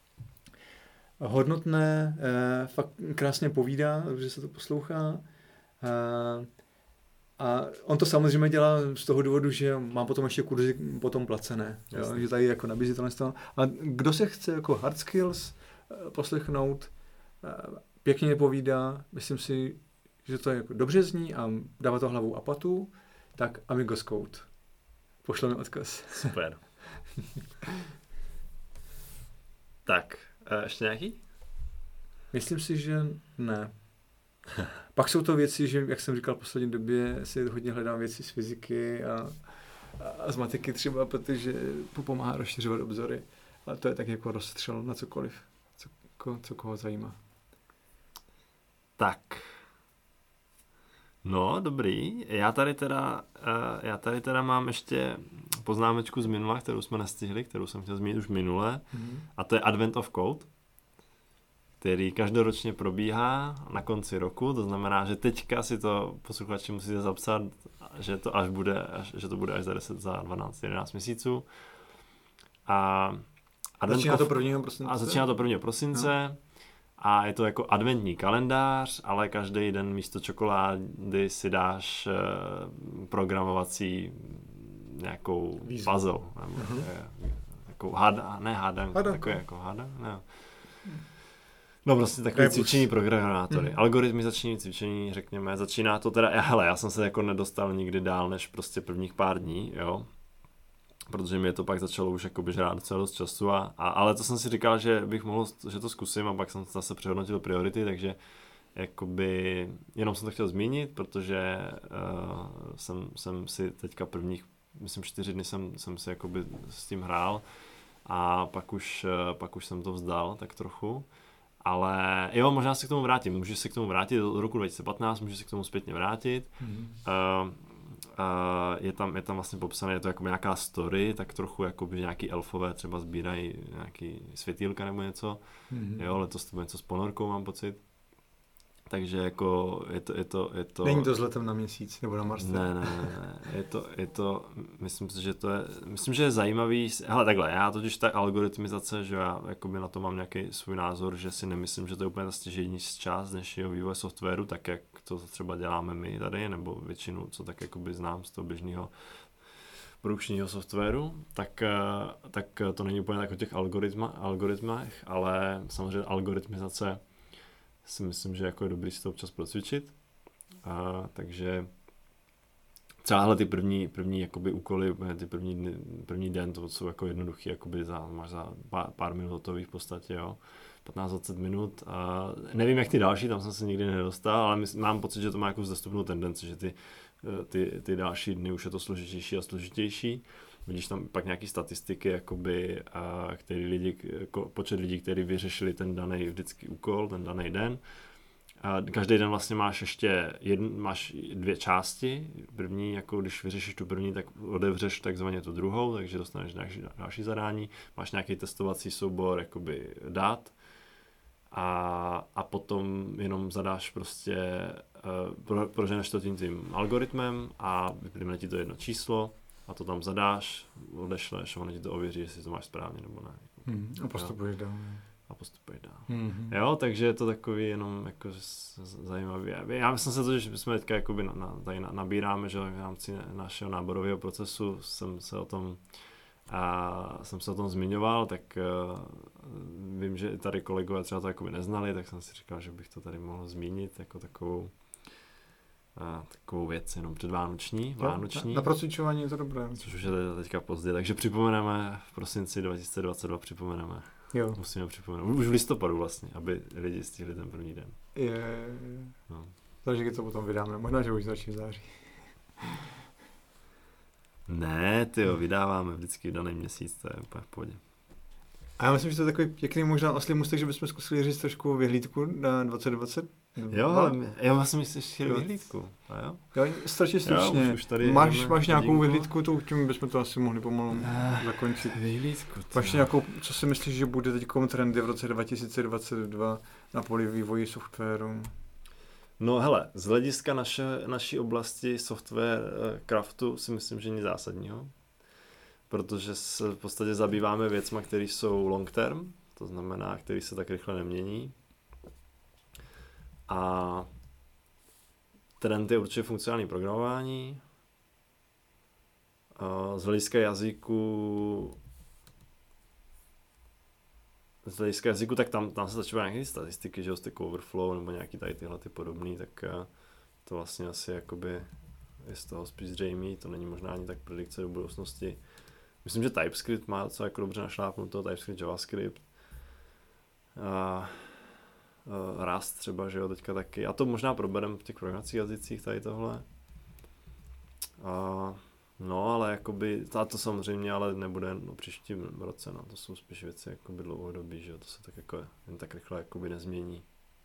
hodnotné, fakt krásně povídá, že se to poslouchá. A on to samozřejmě dělá z toho důvodu, že má potom ještě kurzy potom placené, jo? Že tady jako nabízí to nestalo. A kdo se chce jako hard skills poslechnout, pěkně povídá, myslím si, že to je jako dobře zní a dává to hlavu a patu, tak Amigos Code. Pošleme odkaz. Super. Tak, ještě nějaký? Myslím si, že ne. Pak jsou to věci, že, jak jsem říkal v poslední době, si hodně hledám věci z fyziky a, a z matiky třeba, protože to pomáhá rozšiřovat obzory. Ale to je tak jako rozstřel na cokoliv, co, ko, co koho zajímá. Tak. No, dobrý. Já tady teda, uh, já tady teda mám ještě poznámečku z minula, kterou jsme nestihli, kterou jsem chtěl zmínit už minule. Mm-hmm. A to je Advent of Code, který každoročně probíhá na konci roku. To znamená, že teďka si to posluchači musíte zapsat, že to až bude, až, že to bude až za deset, za dvanáct, jedenáct měsíců. A začíná to prvního prosince. A začíná to prvního prosince. No. A je to jako adventní kalendář, ale každý den místo čokolády si dáš uh, programovací nějakou Výzvu. puzzle. Nebo uh-huh. takovou háda, ne hádanku, takový jako háda, ne. No prostě takové cvičení pro programátory. Hmm. Algoritmizační cvičení, řekněme, začíná to teda, hele, já jsem se jako nedostal nikdy dál než prostě prvních pár dní, jo. Protože mě to pak začalo už jakoby žrát docela dost času, a, a, ale to jsem si říkal, že bych mohl, že to zkusím, a pak jsem zase přehodnotil priority, takže jakoby jenom jsem to chtěl zmínit, protože uh, jsem, jsem si teďka prvních, myslím čtyři dny jsem, jsem si jakoby s tím hrál a pak už, uh, pak už jsem to vzdal tak trochu. Ale jo, možná se k tomu vrátím. Můžu se k tomu vrátit do roku dva tisíce patnáct, můžu se k tomu zpětně vrátit. Mm. Uh, uh, je, tam, je tam vlastně popsané, je to jako nějaká story, tak trochu jakoby nějaký elfové třeba sbírají nějaký světýlka nebo něco. Mm. Jo, letos to bude něco s ponorkou, mám pocit. Takže jako je to, je to, je to... Není to s letem na měsíc nebo na Mars? Ne, ne, ne, ne. Je to, je to, myslím si, že to je, myslím, že je zajímavý, hele takhle, já totiž ta algoritmizace, že já jakoby na to mám nějaký svůj názor, že si nemyslím, že to je úplně ta stěžejní část dnešního vývoje softwaru, tak jak to třeba děláme my tady, nebo většinu, co tak jakoby znám z toho běžného produkčního softwaru, tak, tak to není úplně tak o těch algoritma, algoritmech, ale samozřejmě algoritmizace si myslím, že jako je dobrý si to občas procvičit. A, takže celé ty první, první jakoby úkoly, ty první, dny, první den, to jsou jako jednoduchý, jakoby za, máš za pár, pár minut hotových v podstatě, jo. patnáct dvacet minut. A nevím, jak ty další, tam jsem se nikdy nedostal, ale myslím, mám pocit, že to má jako vzdestupnou tendenci, že ty, ty, ty další dny už je to složitější a složitější. Vidíš tam pak nějaký statistiky, jakoby, a který lidi, počet lidí, kteří vyřešili ten daný vždycky úkol, ten daný den. A každý den vlastně máš ještě jedn, máš dvě části. První, jako když vyřešíš tu první, tak otevřeš takzvaně tu druhou, takže dostaneš další, další zadání. Máš nějaký testovací soubor jakoby dat a, a potom jenom zadáš prostě, uh, pro, proženeš to tím tím algoritmem a vyplivne ti to jedno číslo. A to tam zadáš, odešleš a ono ti to ověří, jestli to máš správně nebo ne. Hmm, a postupuješ dál. A postupuješ dál. Hmm. Jo, takže je to takový jenom jako zajímavý. Já myslím se to, že jsme teďka jakoby na, na, tady nabíráme, že v rámci našeho náborového procesu jsem se o tom a jsem se o tom zmiňoval, tak uh, vím, že tady kolegové třeba to jakoby neznali, tak jsem si říkal, že bych to tady mohl zmínit jako takovou a takovou věc jenom předvánoční, vánoční. Na, na procvičování je to dobré. Což už je teďka pozdě, takže připomeneme v prosinci dva tisíce dvacet dva, připomeneme. Jo. Musíme připomenout. Už v listopadu vlastně, aby lidi stihli ten první den. Je. No. Takže když to potom vydáme, možná, že už začne září. Ne, tyjo, vydáváme vždycky v daný měsíc, to je úplně v pohodě. A já myslím, že to je takový pěkný možná oslý můstek, že bychom zkusili říct trošku vyhlídku na dvacet dvacet. Jo, ale já vlastně myslím, že chtěli vyhlídku. A jo? Jo, strašně stručně. Jo, už, už tady máš, máš nějakou vyhlídku, to tím bychom to asi mohli pomalu uh, zakončit. Vyhlídku. Máš nějakou, co si myslíš, že bude teď trendy v roce dva tisíce dvacet dva na poli vývoji softwaru? No hele, z hlediska naše, naší oblasti software craftu si myslím, že nic zásadního. Protože se v podstatě zabýváme věcma, které jsou long term, to znamená, které se tak rychle nemění. A, trend je určitě funkcionální programování. Z hlediska jazyku z hlediska jazyku, tak tam, tam se začívají nějaké statistiky, že jo, Stack Overflow nebo nějaký tady tyhle ty podobný, tak to vlastně asi jakoby je z toho spíš zřejmý, to není možná ani tak predikce do budoucnosti. Myslím, že TypeScript má docela jako dobře našlápnuto, TypeScript, JavaScript. A, a Rust třeba, že jo, teďka taky. A to možná proberem v těch programovacích jazycích tady tohle. A no, ale jakoby, to samozřejmě ale nebude no, příštím roce, no, to jsou spíš věci jakoby dlouhodobí, že jo, to se tak jako jen tak rychle jakoby nezmění.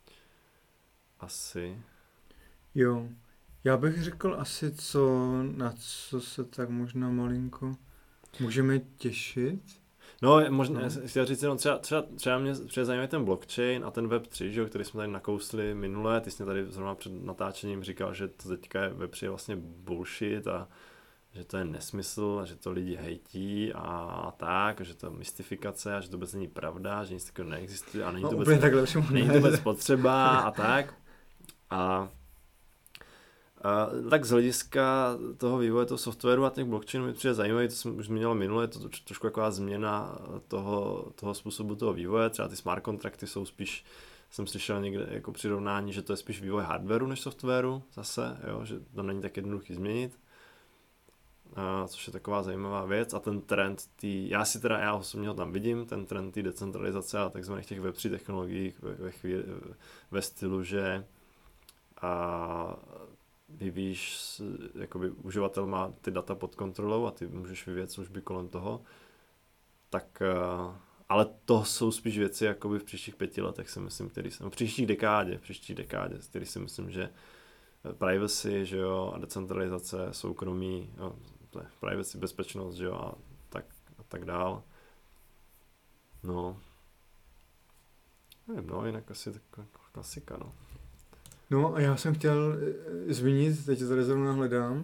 Asi. Jo, já bych řekl asi, co, na co se tak možná malinko můžeme těšit. No, možná, no. chtěl říct jenom, třeba, třeba, třeba mě třeba zajímá ten blockchain a ten web tři, že jo, který jsme tady nakousli minule, ty jsi tady zrovna před natáčením říkal, že to teďka je web tři je vlastně bullshit a že to je nesmysl a že to lidi hejtí a, a tak, a že to je mystifikace a že to vůbec není pravda, že nic takového neexistuje a není no, to vůbec, není to vůbec potřeba a tak. A, a tak z hlediska toho vývoje toho softwaru a těch blockchainů mi přijde zajímavé, to jsem už zmínil minule, je to trošku taková změna toho, toho způsobu toho vývoje, třeba ty smart kontrakty jsou spíš, jsem slyšel někde jako přirovnání, že to je spíš vývoj hardwareu než softwaru zase, jo, že to není tak jednoduchý změnit. Uh, což je taková zajímavá věc a ten trend tý, já si teda, já osobně ho tam vidím, ten trend té decentralizace a takzvaných těch web tři technologií ve, ve, chvíli, ve stylu, že a vyvíjíš, jakoby uživatel má ty data pod kontrolou a ty můžeš vyvíjet služby kolem toho, tak uh, ale to jsou spíš věci jakoby v příštích pěti letech si myslím, který jsem, v příštích dekádě, v příštích dekádě, který si myslím, že privacy, že jo, a decentralizace, soukromí, jo, privacy, bezpečnost, že jo, a tak, a tak dál. No. Nevím, no, jinak asi taková klasika, no. No a já jsem chtěl zmínit, teď to tady zrovna hledám,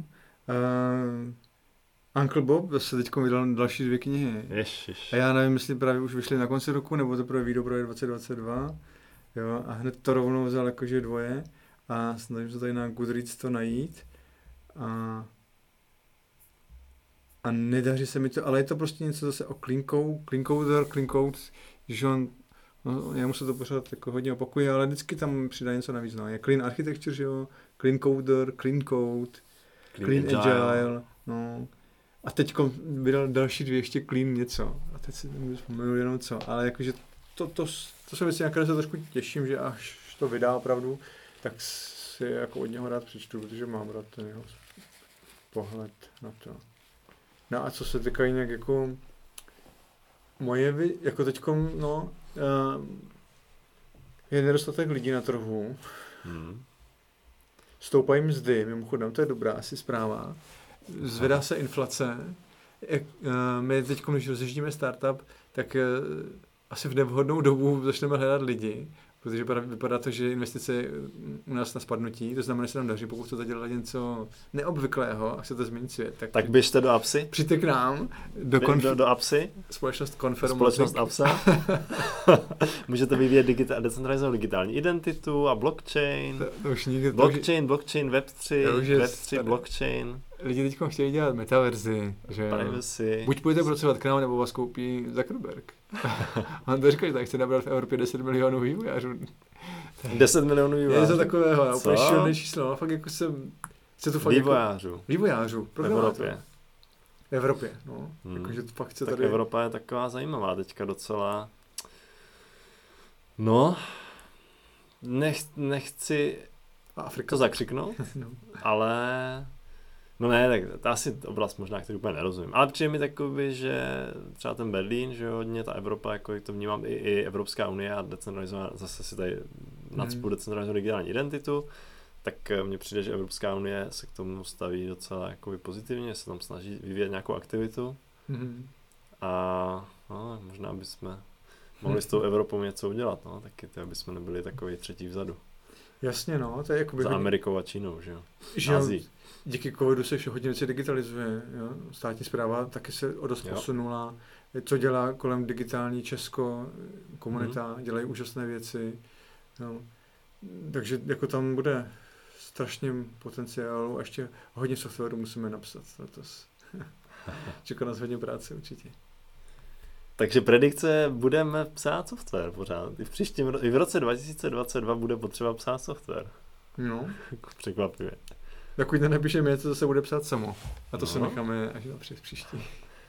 uh, Uncle Bob zase teď vydal další dvě knihy. Ježiš. A já nevím, jestli právě už vyšly na konci roku, nebo to právě vyjdou právě dvacet dvacet dva. Jo, a hned to rovnou vzal jakože dvoje. A snažím se tady na Goodreads to najít. A, a nedaří se mi to, ale je to prostě něco zase o clean code, clean coder, clean code, že on, no, já mu se to pořád jako hodně opakuje, ale vždycky tam přidá něco navíc. No. Je clean architecture, že jo, clean coder, clean code, clean, clean agile, agile, no. A teď vydal další dvě ještě clean něco. A teď si nemůžu vzpomenout jenom co, ale jakože to, to, to jsou věci, na které se trošku těším, že až to vydá opravdu, tak si jako od něho rád přečtu, protože mám rád ten jeho pohled na to. No a co se týká jinak jako moje, vy, jako teďkom, no, uh, je nedostatek lidí na trhu, hmm. stoupají mzdy, mimochodem, to je dobrá asi zpráva, zvedá se inflace, jak, uh, my teďkom, když rozjíždíme startup, tak uh, asi v nevhodnou dobu začneme hledat lidi, protože vypadá to, že investice je u nás na spadnutí, to znamená, že se nám daří, pokud to dělat něco neobvyklého a chce to změnit svět. Tak, tak běžte do Apsy. Přijďte k nám. Do, konf- do, do Apsy. Společnost Confirm. Společnost Apsa. Můžete vyvíjet digita- decentralizovanou digitální identitu a blockchain. To, to už nikdy, blockchain, to už... blockchain, web tři, web tři, tady. Blockchain. Lidi teď chtějí dělat metaverzi. Že privacy. Buď půjdete pracovat k nám, nebo vás koupí Zuckerberg. On to říká, že tak chce nabrat v Evropě deset milionů vývojářů. deset milionů vývojářů? Je to takového, úplně šílené číslo. No, fakt jako jsem... Se to fakt vývojářů. Jako, vývojářů. V Evropě. V Evropě, no. Hmm. Jako, že to fakt se tak tady... Evropa je taková zajímavá teďka docela. No, nech, nechci Afrika. to zakřiknout, no. ale... No ne, tak to asi oblast možná, který úplně nerozumím. Ale přijde mi takový, že třeba ten Berlín, že hodně ta Evropa, jako jak to vnímám, i, i Evropská unie a decentralizovaná, zase si tady nacpu hmm. decentralizovanou digitální identitu, tak mně přijde, že Evropská unie se k tomu staví docela jakoby pozitivně, se tam snaží vyvíjet nějakou aktivitu. Hmm. A no, možná bychom mohli s tou Evropou něco udělat, no, taky to, aby jsme nebyli takový třetí vzadu. Jasně, no, to je jakoby... Za Amerikou a Čínou, že jo? Že Azii. Díky covidu se hodně věci digitalizuje, jo? Státní správa taky se o dost posunula, co dělá kolem digitální Česko, komunita, mm-hmm. dělají úžasné věci, jo? Takže jako tam bude strašným potenciálu a ještě hodně softwaru musíme napsat letos. Čeká nás hodně práce určitě. Takže predikce, budeme psát software pořád. I v příštím, i v roce dva tisíce dvacet dva bude potřeba psát software. No. Překvapivě. Dokud nenapíšeme něco, co se bude psát samo. A to no. se necháme až na přes příští.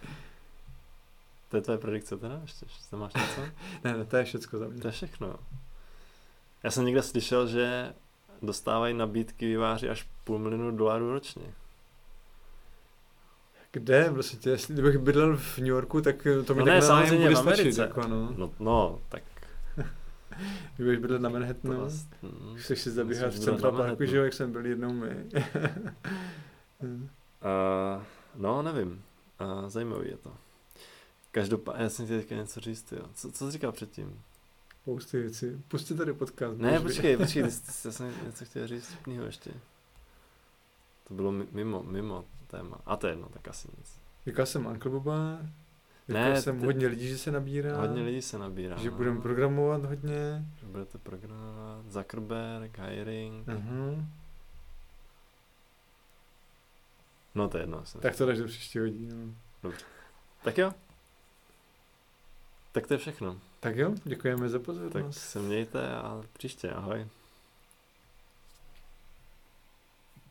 To je tvoje predikce teda? Ještě, ještě máš něco? ne, ne, to je všecko za mě. To je všechno. Já jsem někde slyšel, že dostávají nabídky výváři až půl milionu dolarů ročně. Kde? Prostě tě, jestli kdybych bydlel v New Yorku, tak to mi no tak ne, samozřejmě bude v Americe. stačit. Jako, no. No, no, tak... Kdybych bydlel na Manhattanu, Vlast, mm, chceš si zabíhat v Central Parku, že jo, jak jsme byli jednou my. uh, no, nevím. Uh, zajímavý je to. Každopádně, já jsem chtěl teďka něco říct, jo. Co, co jsi říkal předtím? Spousty věcí. Pusti tady podcast. Ne, počkej, počkej, ty, ty, já jsem něco chtěl říct vtipnýho ještě. To bylo mimo, mimo téma. A to je jedno, tak asi nic. Říkal jsem Uncle Boba, říkal ne, jsem ty, hodně lidí, že se nabírá. Hodně lidí se nabírá. Že no. budeme programovat hodně. Že budete programovat, Zuckerberg, hiring. Uh-huh. No to je jedno. Tak to dáš do příštího dílu. Dobře. Tak jo. Tak to je všechno. Tak jo, děkujeme za pozornost. Tak se mějte a příště, ahoj.